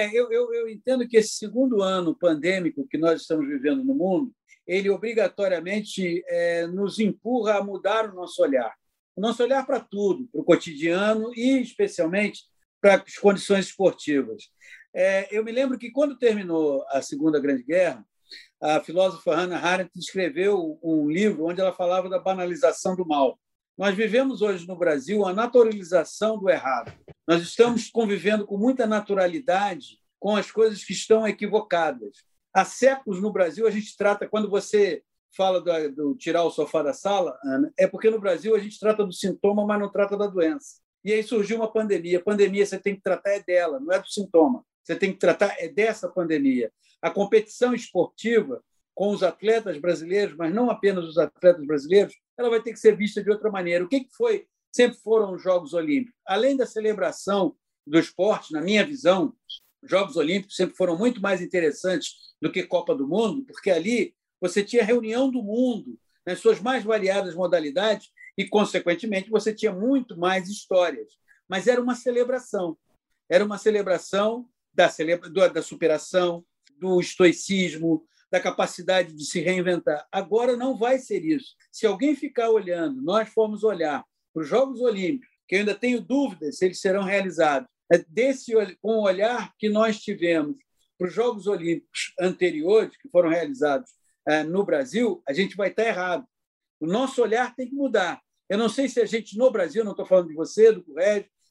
Eu entendo que esse segundo ano pandêmico que nós estamos vivendo no mundo, ele obrigatoriamente nos empurra a mudar o nosso olhar. O nosso olhar para tudo, para o cotidiano e, especialmente, para as condições esportivas. Eu me lembro que, quando terminou a Segunda Grande Guerra, a filósofa Hannah Arendt escreveu um livro onde ela falava da banalização do mal. Nós vivemos hoje no Brasil a naturalização do errado. Nós estamos convivendo com muita naturalidade com as coisas que estão equivocadas. Há séculos no Brasil a gente trata, quando você fala do tirar o sofá da sala, Ana, é porque no Brasil a gente trata do sintoma, mas não trata da doença. E aí surgiu uma pandemia. A pandemia você tem que tratar dela, não é do sintoma. Você tem que tratar dessa pandemia. A competição esportiva com os atletas brasileiros, mas não apenas os atletas brasileiros, ela vai ter que ser vista de outra maneira. O que sempre foram os Jogos Olímpicos? Além da celebração do esporte, na minha visão, os Jogos Olímpicos sempre foram muito mais interessantes do que Copa do Mundo, porque ali você tinha reunião do mundo nas suas mais variadas modalidades e, consequentemente, você tinha muito mais histórias. Mas era uma celebração. Era uma celebração da superação, do estoicismo, da capacidade de se reinventar. Agora não vai ser isso. Se alguém ficar olhando, nós formos olhar para os Jogos Olímpicos, que eu ainda tenho dúvidas se eles serão realizados, com o olhar que nós tivemos para os Jogos Olímpicos anteriores, que foram realizados no Brasil, a gente vai estar errado. O nosso olhar tem que mudar. Eu não sei se a gente, no Brasil, não estou falando de você, do Corrégio,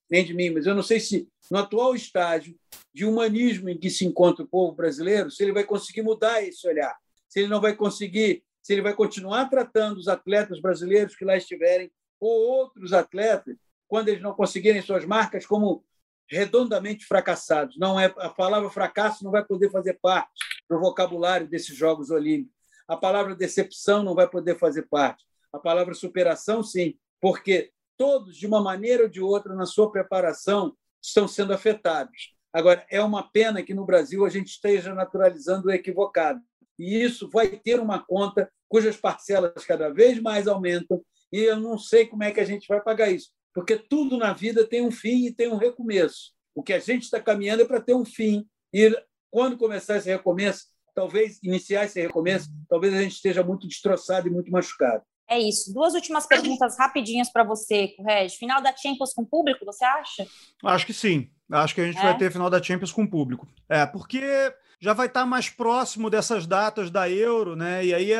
nem de mim, mas eu não sei se no atual estágio de humanismo em que se encontra o povo brasileiro, se ele vai conseguir mudar esse olhar, se ele não vai conseguir, se ele vai continuar tratando os atletas brasileiros que lá estiverem ou outros atletas, quando eles não conseguirem suas marcas, como redondamente fracassados. Não é, a palavra fracasso não vai poder fazer parte do vocabulário desses Jogos Olímpicos. A palavra decepção não vai poder fazer parte. A palavra superação, sim, porque todos, de uma maneira ou de outra, na sua preparação, estão sendo afetados. Agora, é uma pena que no Brasil a gente esteja naturalizando o equivocado. E isso vai ter uma conta cujas parcelas cada vez mais aumentam, e eu não sei como é que a gente vai pagar isso, porque tudo na vida tem um fim e tem um recomeço. O que a gente está caminhando é para ter um fim. E quando começar esse recomeço, talvez iniciar esse recomeço, talvez a gente esteja muito destroçado e muito machucado. É isso. 2 últimas perguntas rapidinhas para você, Reg. Final da Champions com público, você acha? Acho que sim. Acho que a gente vai ter final da Champions com público. Porque já vai estar mais próximo dessas datas da Euro, né? E aí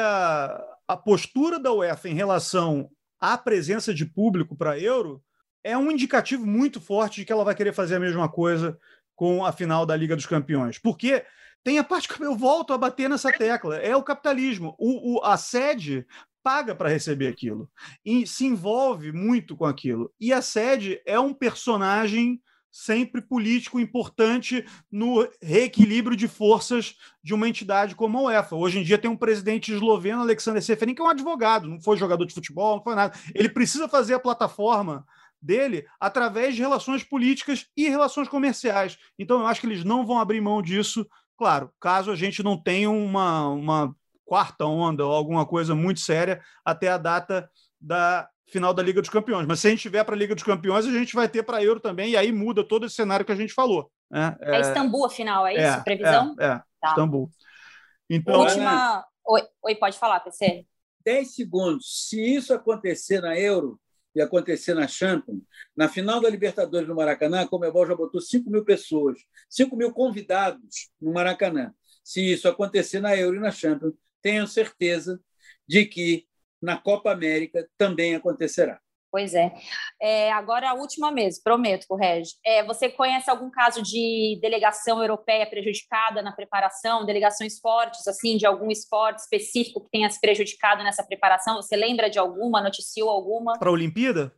a postura da UEFA em relação à presença de público para a Euro é um indicativo muito forte de que ela vai querer fazer a mesma coisa com a final da Liga dos Campeões. Porque tem a parte que eu volto a bater nessa tecla, é o capitalismo. A sede paga para receber aquilo e se envolve muito com aquilo. E a sede é um personagem sempre político importante no reequilíbrio de forças de uma entidade como a UEFA. Hoje em dia tem um presidente esloveno, Alexander Čeferin, que é um advogado, não foi jogador de futebol, não foi nada. Ele precisa fazer a plataforma dele através de relações políticas e relações comerciais. Então eu acho que eles não vão abrir mão disso, claro, caso a gente não tenha uma quarta onda ou alguma coisa muito séria até a data da final da Liga dos Campeões. Mas se a gente tiver para a Liga dos Campeões, a gente vai ter para a Euro também, e aí muda todo esse cenário que a gente falou. É Istambul a final, é isso? Previsão? Tá. Istambul. Então, última... Oi, pode falar, PC. 10 segundos. Se isso acontecer na Euro e acontecer na Champions, na final da Libertadores no Maracanã, a Conmebol já botou 5 mil pessoas, 5 mil convidados no Maracanã. Se isso acontecer na Euro e na Champions, tenho certeza de que na Copa América também acontecerá. Pois é. Agora a última mesmo, prometo, Reg. Você conhece algum caso de delegação europeia prejudicada na preparação, delegações fortes, assim, de algum esporte específico que tenha se prejudicado nessa preparação? Você lembra de alguma, noticiou alguma? Para a Olimpíada?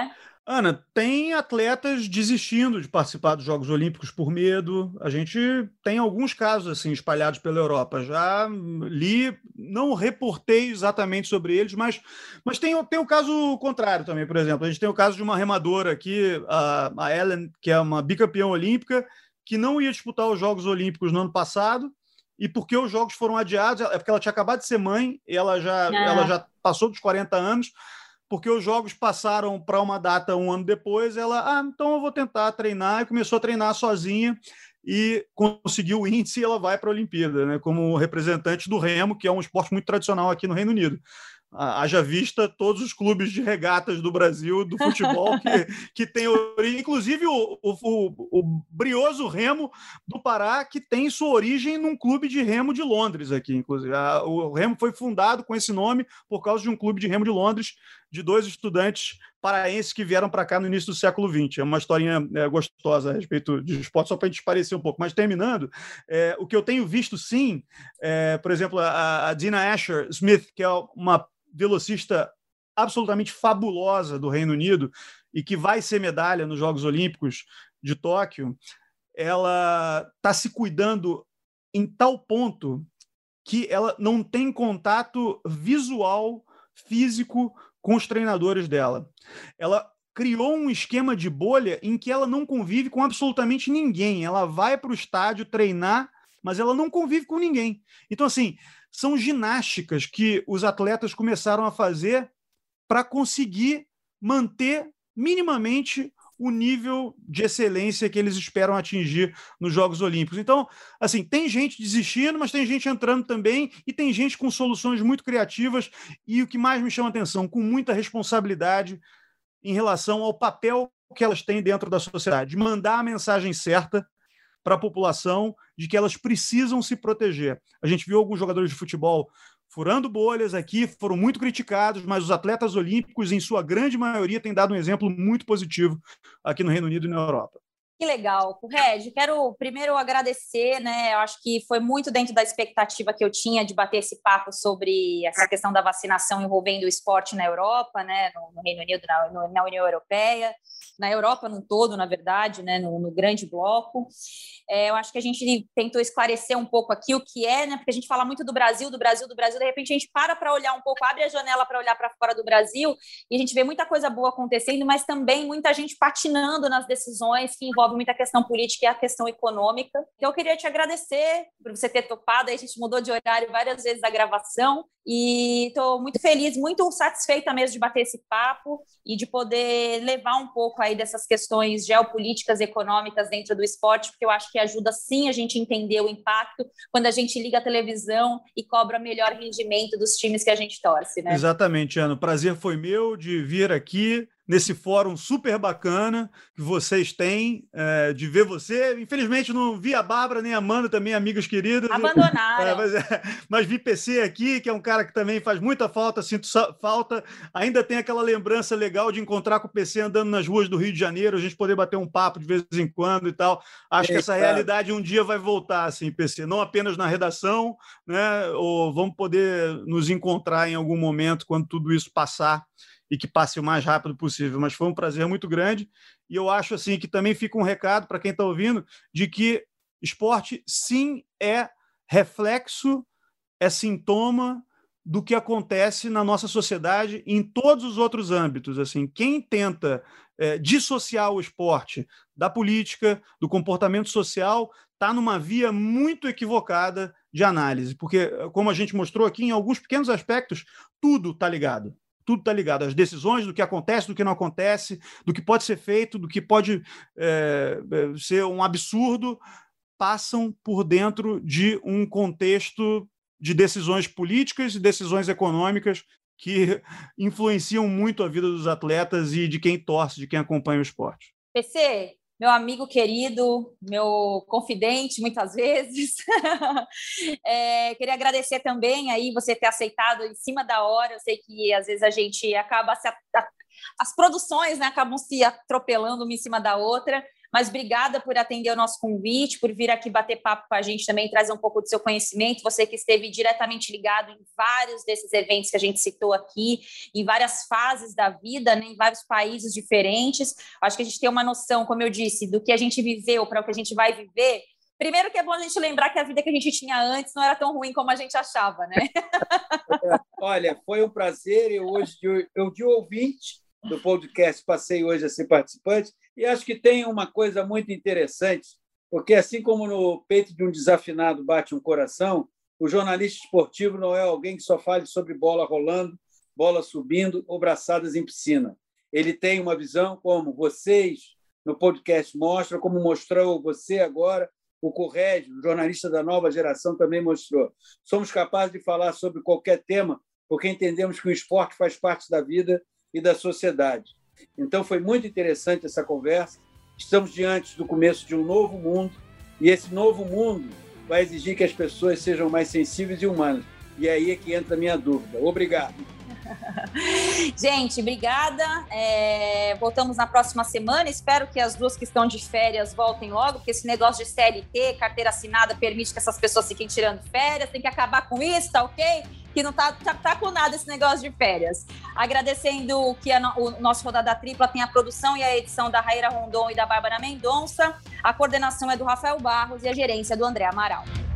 Ana, tem atletas desistindo de participar dos Jogos Olímpicos por medo. A gente tem alguns casos assim espalhados pela Europa. Já li, não reportei exatamente sobre eles, mas tem o caso contrário também, por exemplo. A gente tem o caso de uma remadora aqui, a Ellen, que é uma bicampeã olímpica, que não ia disputar os Jogos Olímpicos no ano passado, e porque os Jogos foram adiados, é porque ela tinha acabado de ser mãe, e ela já passou dos 40 anos, porque os Jogos passaram para uma data um ano depois, então eu vou tentar treinar, e começou a treinar sozinha e conseguiu o índice e ela vai para a Olimpíada, né, como representante do remo, que é um esporte muito tradicional aqui no Reino Unido. Haja vista todos os clubes de regatas do Brasil, do futebol, que tem origem, inclusive o brioso Remo do Pará, que tem sua origem num clube de remo de Londres aqui, inclusive. O remo foi fundado com esse nome por causa de um clube de remo de Londres, de 2 estudantes paraenses que vieram para cá no início do século XX. É uma historinha gostosa a respeito de esporte, só para a gente parecer um pouco. Mas terminando, o que eu tenho visto, sim, por exemplo, a Dina Asher-Smith, que é uma velocista absolutamente fabulosa do Reino Unido e que vai ser medalha nos Jogos Olímpicos de Tóquio, ela está se cuidando em tal ponto que ela não tem contato visual, físico com os treinadores dela. Ela criou um esquema de bolha em que ela não convive com absolutamente ninguém. Ela vai para o estádio treinar, mas ela não convive com ninguém. Então, assim, são ginásticas que os atletas começaram a fazer para conseguir manter minimamente o nível de excelência que eles esperam atingir nos Jogos Olímpicos. Então, assim, tem gente desistindo, mas tem gente entrando também, e tem gente com soluções muito criativas, e o que mais me chama a atenção, com muita responsabilidade em relação ao papel que elas têm dentro da sociedade, de mandar a mensagem certa para a população de que elas precisam se proteger. A gente viu alguns jogadores de futebol furando bolhas aqui, foram muito criticados, mas os atletas olímpicos, em sua grande maioria, têm dado um exemplo muito positivo aqui no Reino Unido e na Europa. Que legal. Regi, quero primeiro agradecer, né? Eu acho que foi muito dentro da expectativa que eu tinha de bater esse papo sobre essa questão da vacinação envolvendo o esporte na Europa, né? No Reino Unido, na União Europeia, na Europa no todo, na verdade, né? No grande bloco. Eu acho que a gente tentou esclarecer um pouco aqui o que é, né? Porque a gente fala muito do Brasil, de repente a gente para olhar um pouco, abre a janela para olhar para fora do Brasil e a gente vê muita coisa boa acontecendo, mas também muita gente patinando nas decisões que envolvem muita questão política e a questão econômica. Então, eu queria te agradecer por você ter topado. A gente mudou de horário várias vezes da gravação e estou muito feliz, muito satisfeita mesmo de bater esse papo e de poder levar um pouco aí dessas questões geopolíticas e econômicas dentro do esporte, porque eu acho que ajuda sim a gente entender o impacto quando a gente liga a televisão e cobra melhor rendimento dos times que a gente torce, né? Exatamente, Ana. O prazer foi meu de vir aqui nesse fórum super bacana que vocês têm, de ver você. Infelizmente, não vi a Bárbara nem a Amanda, também amigas queridas. Abandonaram. Mas vi PC aqui, que é um cara que também faz muita falta, sinto falta. Ainda tem aquela lembrança legal de encontrar com o PC andando nas ruas do Rio de Janeiro, a gente poder bater um papo de vez em quando e tal. Acho que essa realidade um dia vai voltar, assim, PC. Não apenas na redação, né? Ou vamos poder nos encontrar em algum momento quando tudo isso passar e que passe o mais rápido possível. Mas foi um prazer muito grande e eu acho assim que também fica um recado para quem está ouvindo de que esporte, sim, é reflexo, é sintoma do que acontece na nossa sociedade em todos os outros âmbitos. Assim, quem tenta dissociar o esporte da política, do comportamento social, está numa via muito equivocada de análise, porque, como a gente mostrou aqui, em alguns pequenos aspectos, tudo está ligado. Tudo está ligado às decisões, do que acontece, do que não acontece, do que pode ser feito, do que pode ser um absurdo, passam por dentro de um contexto de decisões políticas e decisões econômicas que influenciam muito a vida dos atletas e de quem torce, de quem acompanha o esporte. PC, meu amigo querido, meu confidente, muitas vezes. Queria agradecer também aí você ter aceitado em cima da hora. Eu sei que às vezes a gente acaba as produções, né, acabam se atropelando uma em cima da outra. Mas obrigada por atender o nosso convite, por vir aqui bater papo com a gente também, trazer um pouco do seu conhecimento. Você que esteve diretamente ligado em vários desses eventos que a gente citou aqui, em várias fases da vida, né, em vários países diferentes. Acho que a gente tem uma noção, como eu disse, do que a gente viveu para o que a gente vai viver. Primeiro que é bom a gente lembrar que a vida que a gente tinha antes não era tão ruim como a gente achava, né? Olha, foi um prazer. Eu de ouvinte do podcast passei hoje a ser participante. E acho que tem uma coisa muito interessante, porque assim como no peito de um desafinado bate um coração, o jornalista esportivo não é alguém que só fale sobre bola rolando, bola subindo ou braçadas em piscina. Ele tem uma visão, como vocês no podcast mostram, como mostrou você agora, o Corrégio, o jornalista da nova geração, também mostrou. Somos capazes de falar sobre qualquer tema, porque entendemos que o esporte faz parte da vida e da sociedade. Então, foi muito interessante essa conversa. Estamos diante do começo de um novo mundo e esse novo mundo vai exigir que as pessoas sejam mais sensíveis e humanas. E aí é que entra a minha dúvida. Obrigado. Gente, obrigada. Voltamos na próxima semana. Espero que as duas que estão de férias voltem logo, porque esse negócio de CLT, carteira assinada, permite que essas pessoas fiquem tirando férias. Tem que acabar com isso, tá ok? Que não tá com nada esse negócio de férias. Agradecendo que o nosso Rodada Tripla tem a produção e a edição da Raíra Rondon e da Bárbara Mendonça. A coordenação é do Rafael Barros e a gerência do André Amaral.